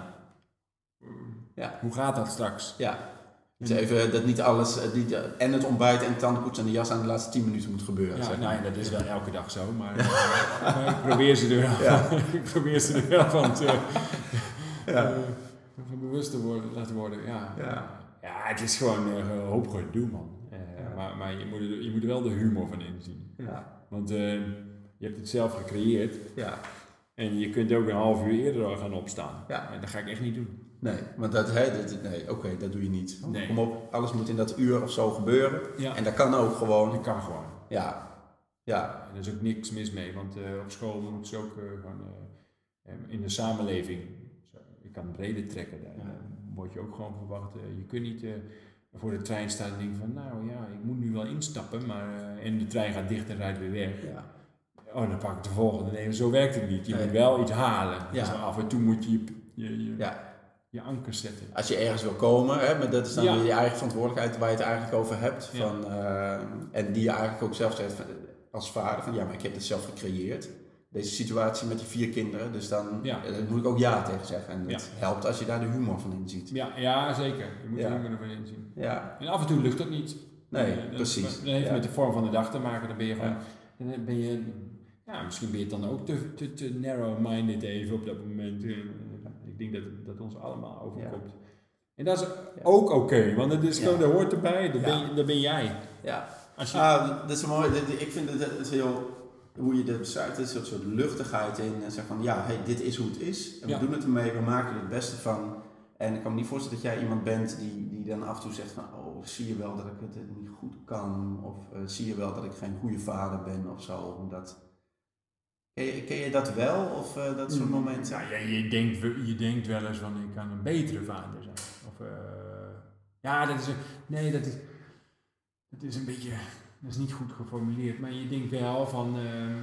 Ja. Hoe gaat dat straks? Ja. Dus even dat niet alles, niet, en het ontbijt en het tandenpoetsen en de jas aan de laatste tien minuten moet gebeuren. Ja, zeg maar. Nou, dat is wel elke dag zo, maar, maar ik probeer ze er wel, ja. ik probeer ze er wel van te, ja. uh, van bewust te worden, laten worden. Ja. Ja. ja, het is gewoon een uh, hoop gedoe, man. Uh, ja. Maar, maar je, moet er, je moet er wel de humor van inzien. Ja. Want uh, je hebt het zelf gecreëerd. Ja. En je kunt ook een half uur eerder al gaan opstaan. Ja. En dat ga ik echt niet doen. Nee, want dat, hè, dat, nee, oké, okay, dat doe je niet. Nee. Kom op, alles moet in dat uur of zo gebeuren. Ja. En dat kan ook gewoon. Dat kan gewoon. Ja. Ja. En er is ook niks mis mee, want uh, op school moeten ze ook uh, gewoon uh, in de samenleving. Je kan breder trekken, daar ja. word je ook gewoon verwacht. Uh, je kunt niet uh, voor de trein staan en denken van, nou ja, ik moet nu wel instappen, maar uh, en de trein gaat dicht en rijdt weer weg. Ja. Oh, dan pak ik de volgende. Nee, zo werkt het niet. Je nee. moet wel iets halen. Ja. Dus af en toe moet je je, je, je ja. je ankers zetten. Als je ergens wil komen, hè, maar dat is dan ja. weer je eigen verantwoordelijkheid waar je het eigenlijk over hebt. Ja. Van, uh, en die je eigenlijk ook zelf zegt van, als vader, van ja, maar ik heb het zelf gecreëerd. Deze situatie met die vier kinderen, dus dan ja. uh, moet ik ook ja tegen zeggen. En het ja. helpt als je daar de humor van inziet. Ja, ja zeker. Je moet ja. de humor ervan inzien. Ja. En af en toe lukt dat niet. Nee, dat, precies. Dat heeft ja. met de vorm van de dag te maken. Dan ben je gewoon, ja. dan ben je, ja, misschien ben je dan ook te, te, te narrow-minded even op dat moment. Ik denk dat dat ons allemaal overkomt. Ja. En dat is ja. ook oké, okay, want het is gewoon, ja. dat hoort erbij, dat, ja. ben, je, dat ben jij. Ja, Als je... ah, dat is mooi. Ik vind het, het is heel, hoe je dat beschrijft, er is een soort luchtigheid in. En zeg van, ja, hey, dit is hoe het is. En we ja. doen het ermee, we maken er het beste van. En ik kan me niet voorstellen dat jij iemand bent die, die dan af en toe zegt van, oh, zie je wel dat ik het niet goed kan? Of uh, zie je wel dat ik geen goede vader ben of zo, omdat... Ken je, ken je dat wel, of uh, dat soort momenten? Ja, je, je, denkt, je denkt wel eens van, ik kan een betere vader zijn. Of, uh, ja, dat is, een, nee, dat is, dat is een beetje, dat is niet goed geformuleerd, maar je denkt wel van, uh,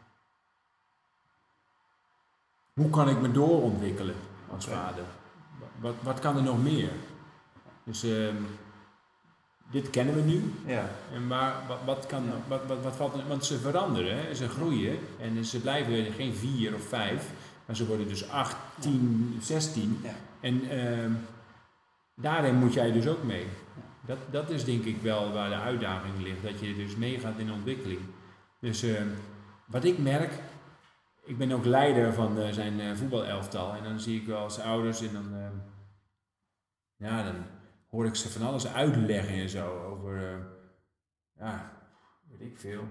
hoe kan ik me doorontwikkelen als okay. vader? Wat, wat kan er nog meer? Dus, uh, dit kennen we nu. Ja. En maar wat, wat kan, ja. wat, wat, wat valt er, want ze veranderen, hè? Ze groeien en ze blijven geen vier of vijf, maar ze worden dus acht, tien, zestien. Ja. En uh, daarin moet jij dus ook mee. Ja. Dat, dat is denk ik wel waar de uitdaging ligt, dat je dus meegaat in de ontwikkeling. Dus uh, wat ik merk, ik ben ook leider van uh, zijn uh, voetbalelftal en dan zie ik wel als ouders en dan, uh, ja dan hoor ik ze van alles uitleggen en zo over, uh, ja, weet ik veel,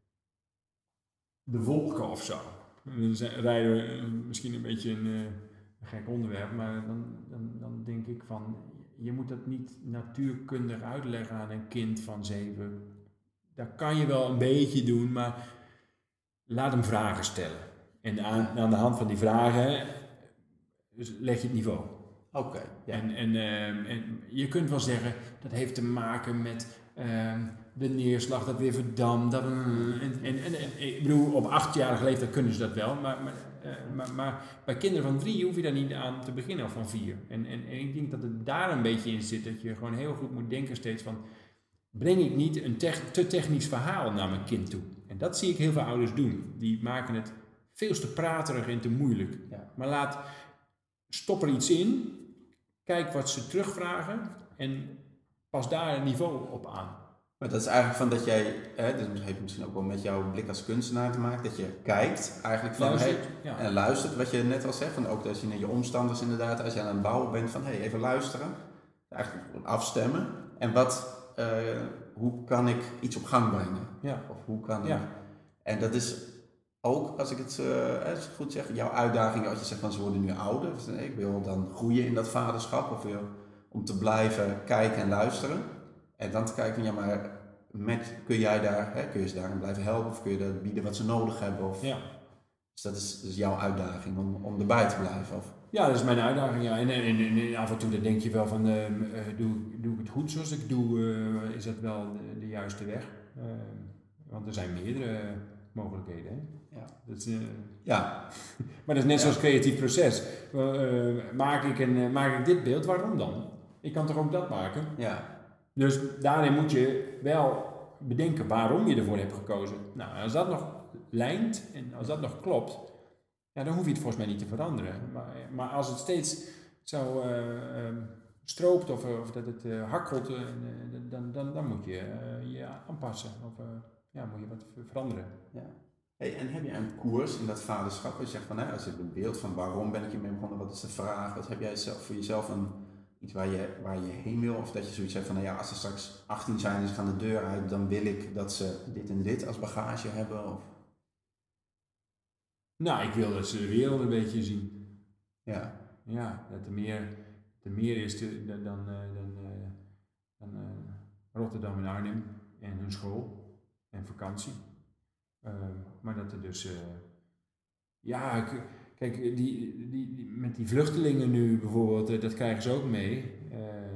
de wolken of zo. Dan rijden we uh, misschien een beetje een, uh, een gek onderwerp, maar dan, dan, dan denk ik van, je moet dat niet natuurkundig uitleggen aan een kind van zeven. Dat kan je wel een beetje doen, maar laat hem vragen stellen. En aan, aan de hand van die vragen leg je het niveau. Oké. Okay, ja. en, en, uh, en je kunt wel zeggen, dat heeft te maken met uh, de neerslag, dat weer verdampt. Dat, uh, en, en, en, en, ik bedoel, op achtjarige leeftijd kunnen ze dat wel, maar, maar, uh, maar, maar bij kinderen van drie hoef je daar niet aan te beginnen, of van vier. En, en, en ik denk dat het daar een beetje in zit, dat je gewoon heel goed moet denken steeds van, breng ik niet een te, te technisch verhaal naar mijn kind toe? En dat zie ik heel veel ouders doen. Die maken het veel te praterig en te moeilijk. Ja. Maar laat, stop er iets in. Kijk wat ze terugvragen en pas daar een niveau op aan. Maar dat is eigenlijk van dat jij, hè, dat heeft misschien ook wel met jouw blik als kunstenaar te maken, dat je kijkt eigenlijk van, Luistert, hey, ja. en luistert, wat je net al zegt, van ook als je naar je omstanders inderdaad, als je aan het bouwen bent, van hey, even luisteren, eigenlijk afstemmen en wat, uh, hoe kan ik iets op gang brengen? Ja. Of hoe kan ik, ja. En dat is ook, als ik het uh, als ik goed zeg, jouw uitdaging, als je zegt van ze worden nu ouder, dus, ik wil dan groeien in dat vaderschap, of wil, om te blijven kijken en luisteren. En dan te kijken, ja maar met, kun jij daar, hè, kun je ze daarin blijven helpen of kun je dat bieden wat ze nodig hebben? Of, ja. Dus dat is, dat is jouw uitdaging om, om erbij te blijven? Of? Ja, dat is mijn uitdaging. Ja. En, en, en, en af en toe dan denk je wel van, uh, doe, doe ik het goed zoals ik doe, uh, is dat wel de, de juiste weg? Uh, want er zijn meerdere mogelijkheden. Hè? Ja. Dat is, uh, ja. Maar dat is net ja. zoals creatief proces. Uh, maak, ik een, uh, maak ik dit beeld, waarom dan? Ik kan toch ook dat maken? Ja. Dus daarin moet je wel bedenken waarom je ervoor hebt gekozen. Nou, als dat nog lijnt en als dat nog klopt, ja, dan hoef je het volgens mij niet te veranderen. Maar, maar als het steeds zo uh, uh, stroopt of, of dat het uh, hakkelt, uh, dan, dan, dan moet je uh, je aanpassen of uh, ja, moet je wat veranderen. Ja. Hey, en heb je een koers in dat vaderschap? Je zegt van, hè, als je het beeld van waarom ben ik hiermee begonnen, wat is de vraag? Wat heb jij zelf, voor jezelf een, iets waar je, waar je heen wil? Of dat je zoiets hebt van, nou ja, als ze straks achttien zijn en ze gaan de deur uit, dan wil ik dat ze dit en dit als bagage hebben? Of? Nou, ik wil dat ze de wereld een beetje zien. Ja. Ja, dat er meer, er meer is te, dan, dan, dan, dan uh, Rotterdam en Arnhem en hun school en vakantie. Uh, maar dat er dus, uh, ja, k- kijk, die, die, die, met die vluchtelingen nu bijvoorbeeld, uh, dat krijgen ze ook mee. Uh,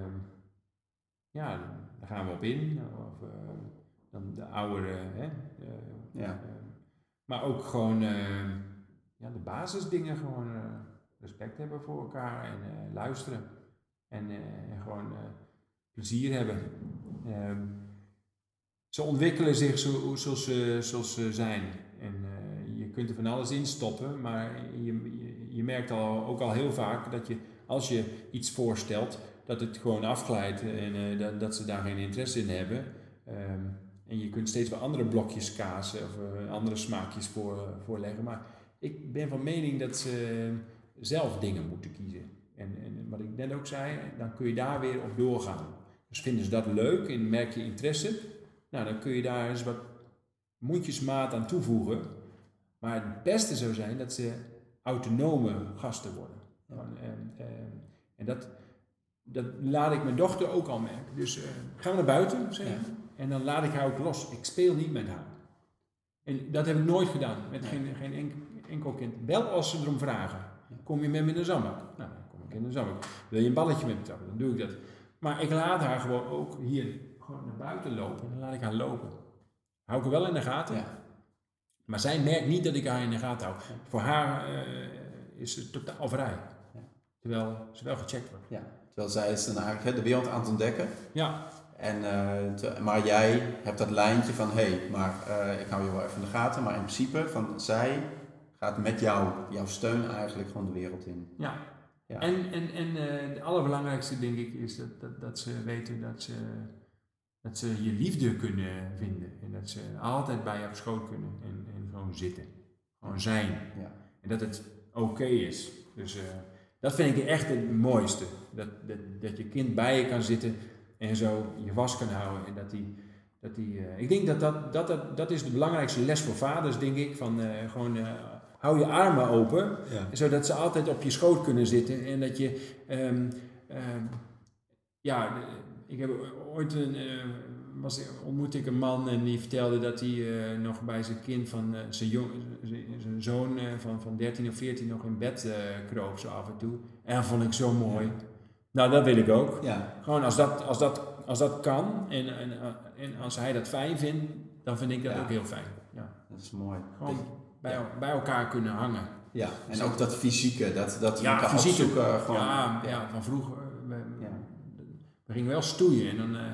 ja, daar gaan we op in. Of uh, dan de ouderen, hè. Uh, ja. uh, maar ook gewoon uh, ja, de basisdingen, gewoon uh, respect hebben voor elkaar en uh, luisteren. En, uh, en gewoon uh, plezier hebben. Uh, Ze ontwikkelen zich zo, zoals, ze, zoals ze zijn. En uh, je kunt er van alles in stoppen, maar je, je, je merkt al, ook al heel vaak dat je, als je iets voorstelt, dat het gewoon afglijdt en uh, dat, dat ze daar geen interesse in hebben. Um, en je kunt steeds wel andere blokjes kazen of uh, andere smaakjes voor, uh, voorleggen. Maar ik ben van mening dat ze zelf dingen moeten kiezen. En, en wat ik net ook zei, dan kun je daar weer op doorgaan. Dus vinden ze dat leuk en merk je interesse, nou, dan kun je daar eens wat mondjesmaat aan toevoegen. Maar het beste zou zijn dat ze autonome gasten worden. Ja. En, en, en dat, dat laat ik mijn dochter ook al merken. Dus uh, gaan we naar buiten, zeg. Ja. En dan laat ik haar ook los. Ik speel niet met haar. En dat heb ik nooit gedaan, met ja. geen, geen enkel, enkel kind. Wel als ze erom vragen. Kom je met me in de zandbak? Nou, dan kom ik in de zandbak. Wil je een balletje met me trappen? Dan doe ik dat. Maar ik laat haar gewoon ook hier gewoon naar buiten lopen en dan laat ik haar lopen. Hou ik er wel in de gaten. Ja. Maar zij merkt niet dat ik haar in de gaten hou. Ja. Voor haar uh, is ze totaal vrij. Ja. Terwijl ze wel gecheckt wordt. Ja. Terwijl zij is dan eigenlijk hè, de wereld aan het ontdekken. Ja. En, uh, te, maar jij hebt dat lijntje van, hé, hey, maar uh, ik hou je wel even in de gaten. Maar in principe, van zij gaat met jou, jouw steun eigenlijk gewoon de wereld in. Ja. Ja. En, en, en uh, het allerbelangrijkste denk ik is dat, dat, dat ze weten dat ze, dat ze je liefde kunnen vinden. En dat ze altijd bij je op schoot kunnen en, en gewoon zitten. Gewoon zijn. Ja. En dat het oké okay is. Dus uh, dat vind ik echt het mooiste. Dat, dat, dat je kind bij je kan zitten en zo je was kan houden. En dat die, dat die, uh, ik denk dat dat, dat, dat dat is de belangrijkste les voor vaders, denk ik. Van uh, gewoon... Uh, hou je armen open, ja. Zodat ze altijd op je schoot kunnen zitten en dat je, um, um, ja, ik heb ooit een, uh, was, ontmoette ik een man en die vertelde dat hij uh, nog bij zijn kind van, uh, zijn, jong, zijn zoon uh, van, van dertien of veertien nog in bed uh, kroop zo af en toe. En dat vond ik zo mooi. Ja. Nou, dat wil ik ook. Ja. Gewoon als dat, als dat, als dat kan en, en, en als hij dat fijn vindt, dan vind ik dat ja. ook heel fijn. Ja. Dat is mooi. Gewoon, Bij, ja. bij elkaar kunnen hangen. Ja, en ook dat fysieke, dat, dat ja, elkaar fysieke, opzoeken. Gewoon, ja, ja. ja, van vroeger, we, ja. we gingen wel stoeien en dan, uh,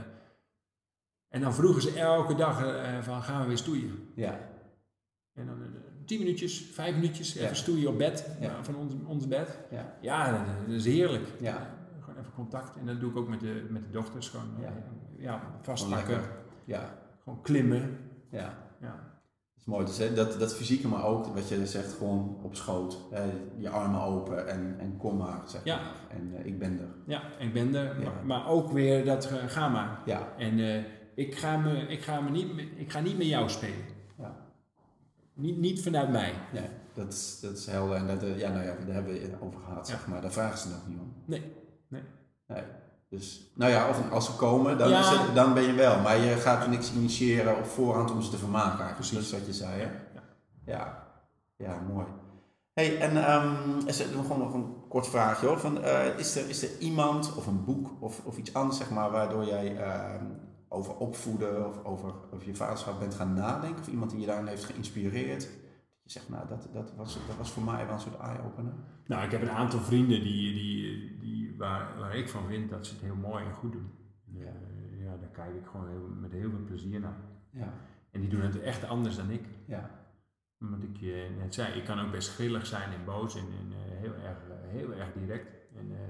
en dan vroegen ze elke dag uh, van gaan we weer stoeien. Ja. En dan uh, tien minuutjes, vijf minuutjes, even ja. stoeien op bed, ja. uh, van ons, ons bed. Ja, ja dat, dat is heerlijk. Ja. Uh, gewoon even contact en dat doe ik ook met de, met de dochters, gewoon ja. Uh, ja, vastpakken. Ja. Gewoon klimmen. Ja. Ja. Dat is mooi. Dus, hè, dat, dat fysieke, maar ook wat je zegt, gewoon op schoot. Hè, je armen open en, en kom maar, zeg Ja. maar. En uh, ik ben er. Ja, ik ben er. Ja. Maar, maar ook weer dat uh, ga maar. Ja. En uh, ik, ga me, ik, ga me niet, met, ik ga niet met jou spelen. Ja. Niet, niet vanuit mij. Nee, dat is, dat is helder. En dat, uh, ja, nou ja, daar hebben we het over gehad, zeg maar. Daar vragen ze nog niet om. Nee. Nee. Nee. Dus, nou ja, of als ze komen, dan, ja. is het, dan ben je wel. Maar je gaat niks initiëren op voorhand om ze te vermaken. Precies. Dat is wat je zei, hè? Ja. Ja, ja, mooi. Hey, en um, is er gewoon nog een kort vraagje hoor. Van, uh, is, er, is er iemand of een boek of, of iets anders, zeg maar, waardoor jij uh, over opvoeden of over, over je vaderschap bent gaan nadenken? Of iemand die je daarin heeft geïnspireerd? Dat je zegt, nou, dat, dat, was, dat was voor mij wel een soort eye-opener. Nou, ik heb een aantal vrienden die, die, die, waar, waar ik van vind dat ze het heel mooi en goed doen. Ja, uh, ja daar kijk ik gewoon heel, met heel veel plezier naar. Ja. En die doen het echt anders dan ik. Ja. Wat ik je net zei, ik kan ook best grillig zijn en boos en, en uh, heel, erg, uh, heel erg direct. En uh,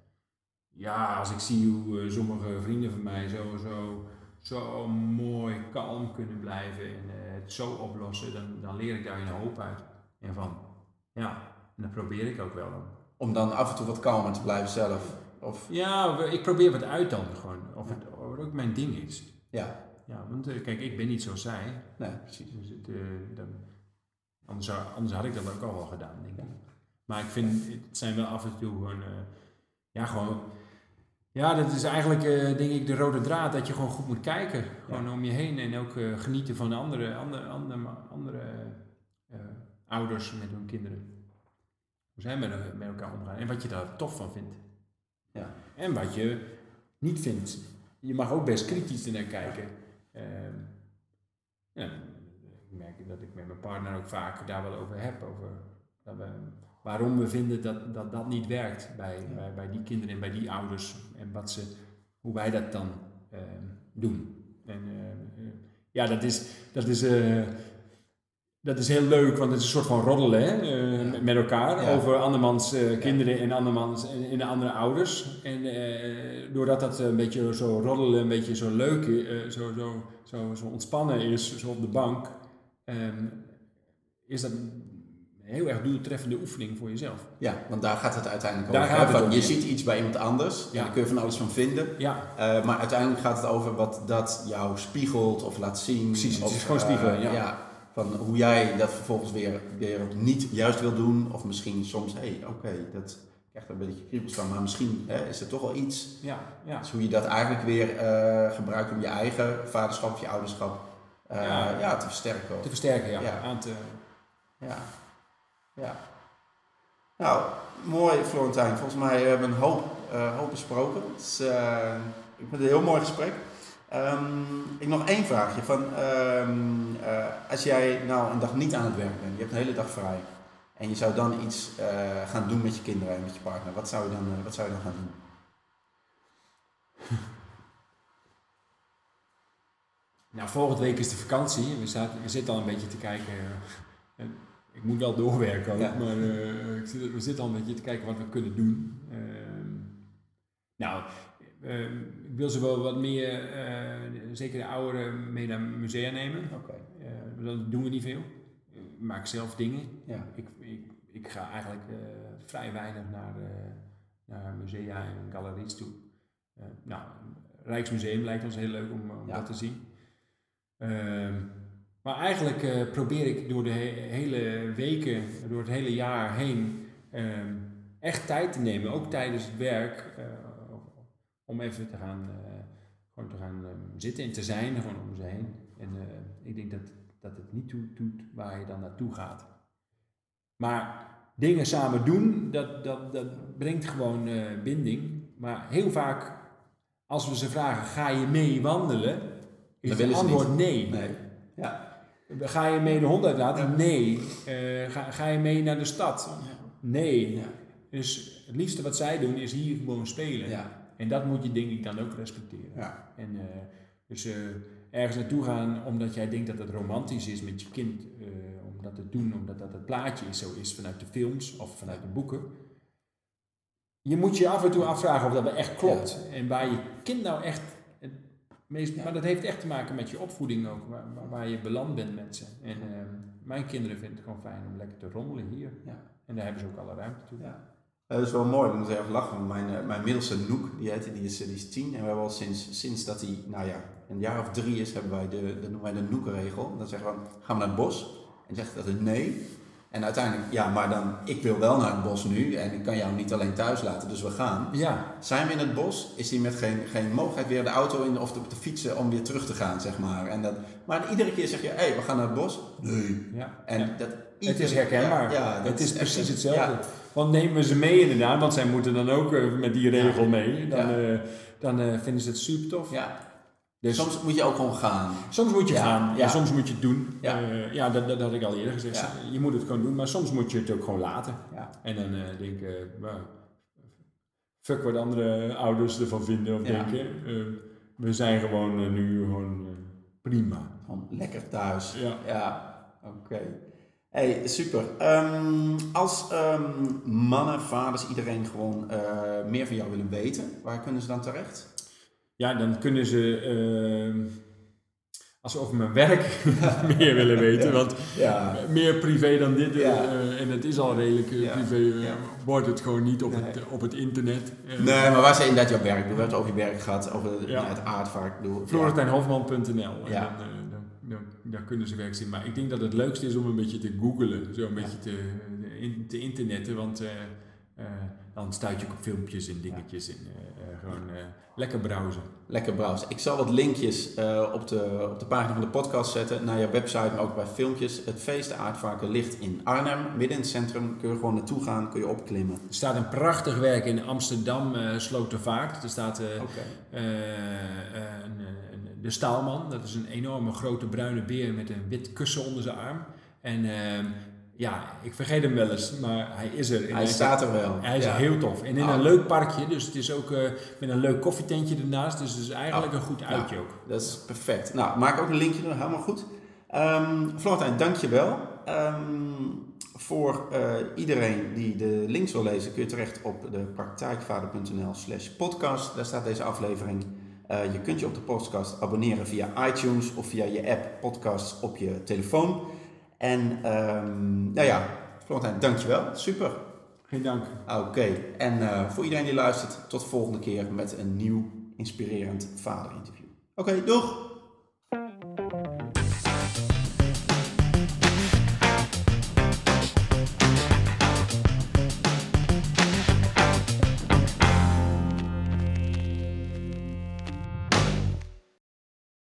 ja, als ik zie hoe uh, sommige vrienden van mij zo, zo, zo mooi kalm kunnen blijven en uh, het zo oplossen, dan, dan leer ik daar een hoop uit. En van, ja, en dat probeer ik ook wel dan. Om dan af en toe wat kalmer te blijven zelf? Of... Ja, ik probeer wat uit dan gewoon, of het, of het ook mijn ding is. Ja. Ja, want uh, kijk, ik ben niet zo saai. Nee, precies. Dus het, uh, dan, Anders, zou, anders had ik dat ook al wel gedaan, denk ik. Maar ik vind, het zijn wel af en toe gewoon, uh, ja gewoon, ja dat is eigenlijk uh, denk ik de rode draad, dat je gewoon goed moet kijken. Gewoon ja. om je heen en ook uh, genieten van de andere, andere, andere, andere uh, ouders met hun kinderen. Hoe zij met, met elkaar omgaan en wat je daar tof van vindt. Ja. En wat je niet vindt. Je mag ook best kritisch ernaar kijken. Uh, ja. Ik merk dat ik met mijn partner ook vaak daar wel over heb, over dat we, waarom we vinden dat, dat dat niet werkt bij, ja. bij, bij die kinderen en bij die ouders en wat ze, hoe wij dat dan uh, doen. En uh, uh, ja, dat is, dat, is, uh, dat is heel leuk, want het is een soort van roddelen hè, uh, ja. met elkaar ja. over andermans uh, kinderen ja. en andermans en, en de andere ouders. En uh, doordat dat een beetje zo roddelen, een beetje zo leuk, uh, zo, zo, zo, zo ontspannen is, zo op de bank. Um, is dat een heel erg doeltreffende oefening voor jezelf. Ja, want daar gaat het uiteindelijk daar over. Gaat het van, om, je ja. ziet iets bij iemand anders, ja. en daar kun je van alles van vinden. Ja. Uh, maar uiteindelijk gaat het over wat dat jou spiegelt of laat zien. Precies, het of, is gewoon spiegelen. Uh, ja. ja, van hoe jij dat vervolgens weer, weer niet juist wil doen. Of misschien soms, hé, hey, oké, okay, dat krijgt er een beetje kriebels van. Maar misschien hè, is er toch wel iets. Ja, ja. Dus hoe je dat eigenlijk weer uh, gebruikt om je eigen vaderschap of je ouderschap Uh, ja. ja, te versterken. Ook. Te versterken, ja. ja. Aan te... ja. Ja. Nou, mooi Florentijn. Volgens mij hebben we een hoop, uh, hoop besproken. Dus, uh, ik vind het een heel mooi gesprek. Um, ik nog één vraagje. Van, um, uh, als jij nou een dag niet aan het werk bent, je hebt een hele dag vrij. En je zou dan iets uh, gaan doen met je kinderen en met je partner. Wat zou je dan, uh, wat zou je dan gaan doen? Nou, volgende week is de vakantie. We, zaten, we zitten al een beetje te kijken. Uh, ik moet wel doorwerken, ja. maar uh, ik zit, we zitten al een beetje te kijken wat we kunnen doen. Uh, nou, uh, ik wil ze wel wat meer, uh, zeker de ouderen, mee naar musea nemen. Okay. Uh, dat doen we niet veel. Ik maak zelf dingen. Ja. Ik, ik, ik ga eigenlijk uh, vrij weinig naar, uh, naar musea en galeries toe. Uh, nou, Rijksmuseum lijkt ons heel leuk om, om ja. dat te zien. Uh, maar eigenlijk uh, probeer ik door de he- hele weken, door het hele jaar heen, uh, echt tijd te nemen, ook tijdens het werk, uh, om even te gaan, uh, gewoon te gaan uh, zitten en te zijn, gewoon om ze heen. En uh, ik denk dat, dat het niet toe doet waar je dan naartoe gaat. Maar dingen samen doen, dat, dat, dat brengt gewoon uh, binding. Maar heel vaak, als we ze vragen, ga je mee wandelen? Is het antwoord nee. nee. Ja. Ga je mee de hond uitlaten? Ja. Nee. Uh, ga, ga je mee naar de stad? Nee. Ja. Dus het liefste wat zij doen is hier gewoon spelen. Ja. En dat moet je denk ik dan ook respecteren. Ja. En, uh, dus uh, ergens naartoe gaan omdat jij denkt dat het romantisch is met je kind. Uh, om dat te doen, omdat dat het plaatje is, zo is vanuit de films of vanuit de boeken. Je moet je af en toe afvragen of dat echt klopt. Ja. En waar je kind nou echt Meest, ja. Maar dat heeft echt te maken met je opvoeding ook, waar, waar je beland bent met ze. En uh, mijn kinderen vinden het gewoon fijn om lekker te rommelen hier. Ja. En daar hebben ze ook alle ruimte toe. Ja. Uh, dat is wel mooi, ik moet even lachen, want mijn, uh, mijn middelste Noek, die, heet, die, is, die is tien. En we hebben al sinds, sinds dat hij, nou ja, een jaar of drie is, hebben wij de, de, noemen wij de Noekenregel. Dan zeggen we, gaan we naar het bos? En zegt dat nee. En uiteindelijk, ja, maar dan, ik wil wel naar het bos nu en ik kan jou niet alleen thuis laten, dus we gaan. Ja. Zijn we in het bos, is hij met geen, geen mogelijkheid weer de auto in of op de fietsen om weer terug te gaan, zeg maar. En dat, maar iedere keer zeg je, hé, hey, we gaan naar het bos. Nee. Ja. En ja. dat iedere, het is herkenbaar. Ja, ja, het is, is precies hetzelfde. Ja. Want nemen we ze mee inderdaad, want zij moeten dan ook uh, met die regel ja. mee. Dan, ja. uh, dan uh, vinden ze het super tof. Ja. Dus soms moet je ook gewoon gaan. Soms moet je ja, gaan, ja. Ja, soms moet je het doen. Ja, uh, ja dat, dat had ik al eerder gezegd. Ja. Je moet het gewoon doen, maar soms moet je het ook gewoon laten. Ja. En dan uh, denk ik, uh, well, fuck wat andere ouders ervan vinden of ja. denken. Uh, we zijn gewoon uh, nu gewoon uh, prima. Gewoon lekker thuis. Ja, ja. Oké. Okay. Hey, super. Um, als um, mannen, vaders, iedereen gewoon uh, meer van jou willen weten, waar kunnen ze dan terecht? Ja, dan kunnen ze, uh, als ze over mijn werk meer willen weten, want ja. meer privé dan dit, ja. uh, en het is al redelijk uh, ja. privé, uh, ja. wordt het gewoon niet op, nee. het, op het internet. Uh, nee, maar waar ze inderdaad jouw werk doen, we hebben het over je werk gehad, over ja. Ja, het aardvark. Florentijn Hofman punt n l. Ja. En dan, uh, dan, dan, dan kunnen ze werk zien. Maar ik denk dat het leukste is om een beetje te googlen, zo een ja. beetje te, in, te internetten, want uh, uh, dan stuit je ook op filmpjes en dingetjes en uh, uh, gewoon... Uh, Lekker browsen. Lekker browsen. Ik zal wat linkjes uh, op, de, op de pagina van de podcast zetten naar jouw website, maar ook bij filmpjes. Het feest de Aardvarken ligt in Arnhem, midden in het centrum. Kun je gewoon naartoe gaan, kun je opklimmen. Er staat een prachtig werk in Amsterdam, uh, Slotervaart. Er staat uh, okay. uh, uh, een, een, de Staalman. Dat is een enorme grote bruine beer met een wit kussen onder zijn arm. En... Uh, Ja, ik vergeet hem wel eens, maar hij is er. Hij, hij staat er wel. Hij is ja. heel tof. En in oh. een leuk parkje, dus het is ook uh, met een leuk koffietentje ernaast. Dus het is eigenlijk oh. een goed uitje ja. ook. Dat is perfect. Nou, maak ook een linkje, helemaal goed. Um, Florentijn, dank je wel. Um, voor uh, iedereen die de links wil lezen, kun je terecht op de praktijkvader punt n l slash podcast. Daar staat deze aflevering. Uh, je kunt je op de podcast abonneren via iTunes of via je app podcasts op je telefoon. En um, nou ja, Florentijn, dankjewel. Super. Geen dank. Oké. Okay. En uh, voor iedereen die luistert, tot de volgende keer met een nieuw inspirerend vaderinterview. Oké, okay, doeg!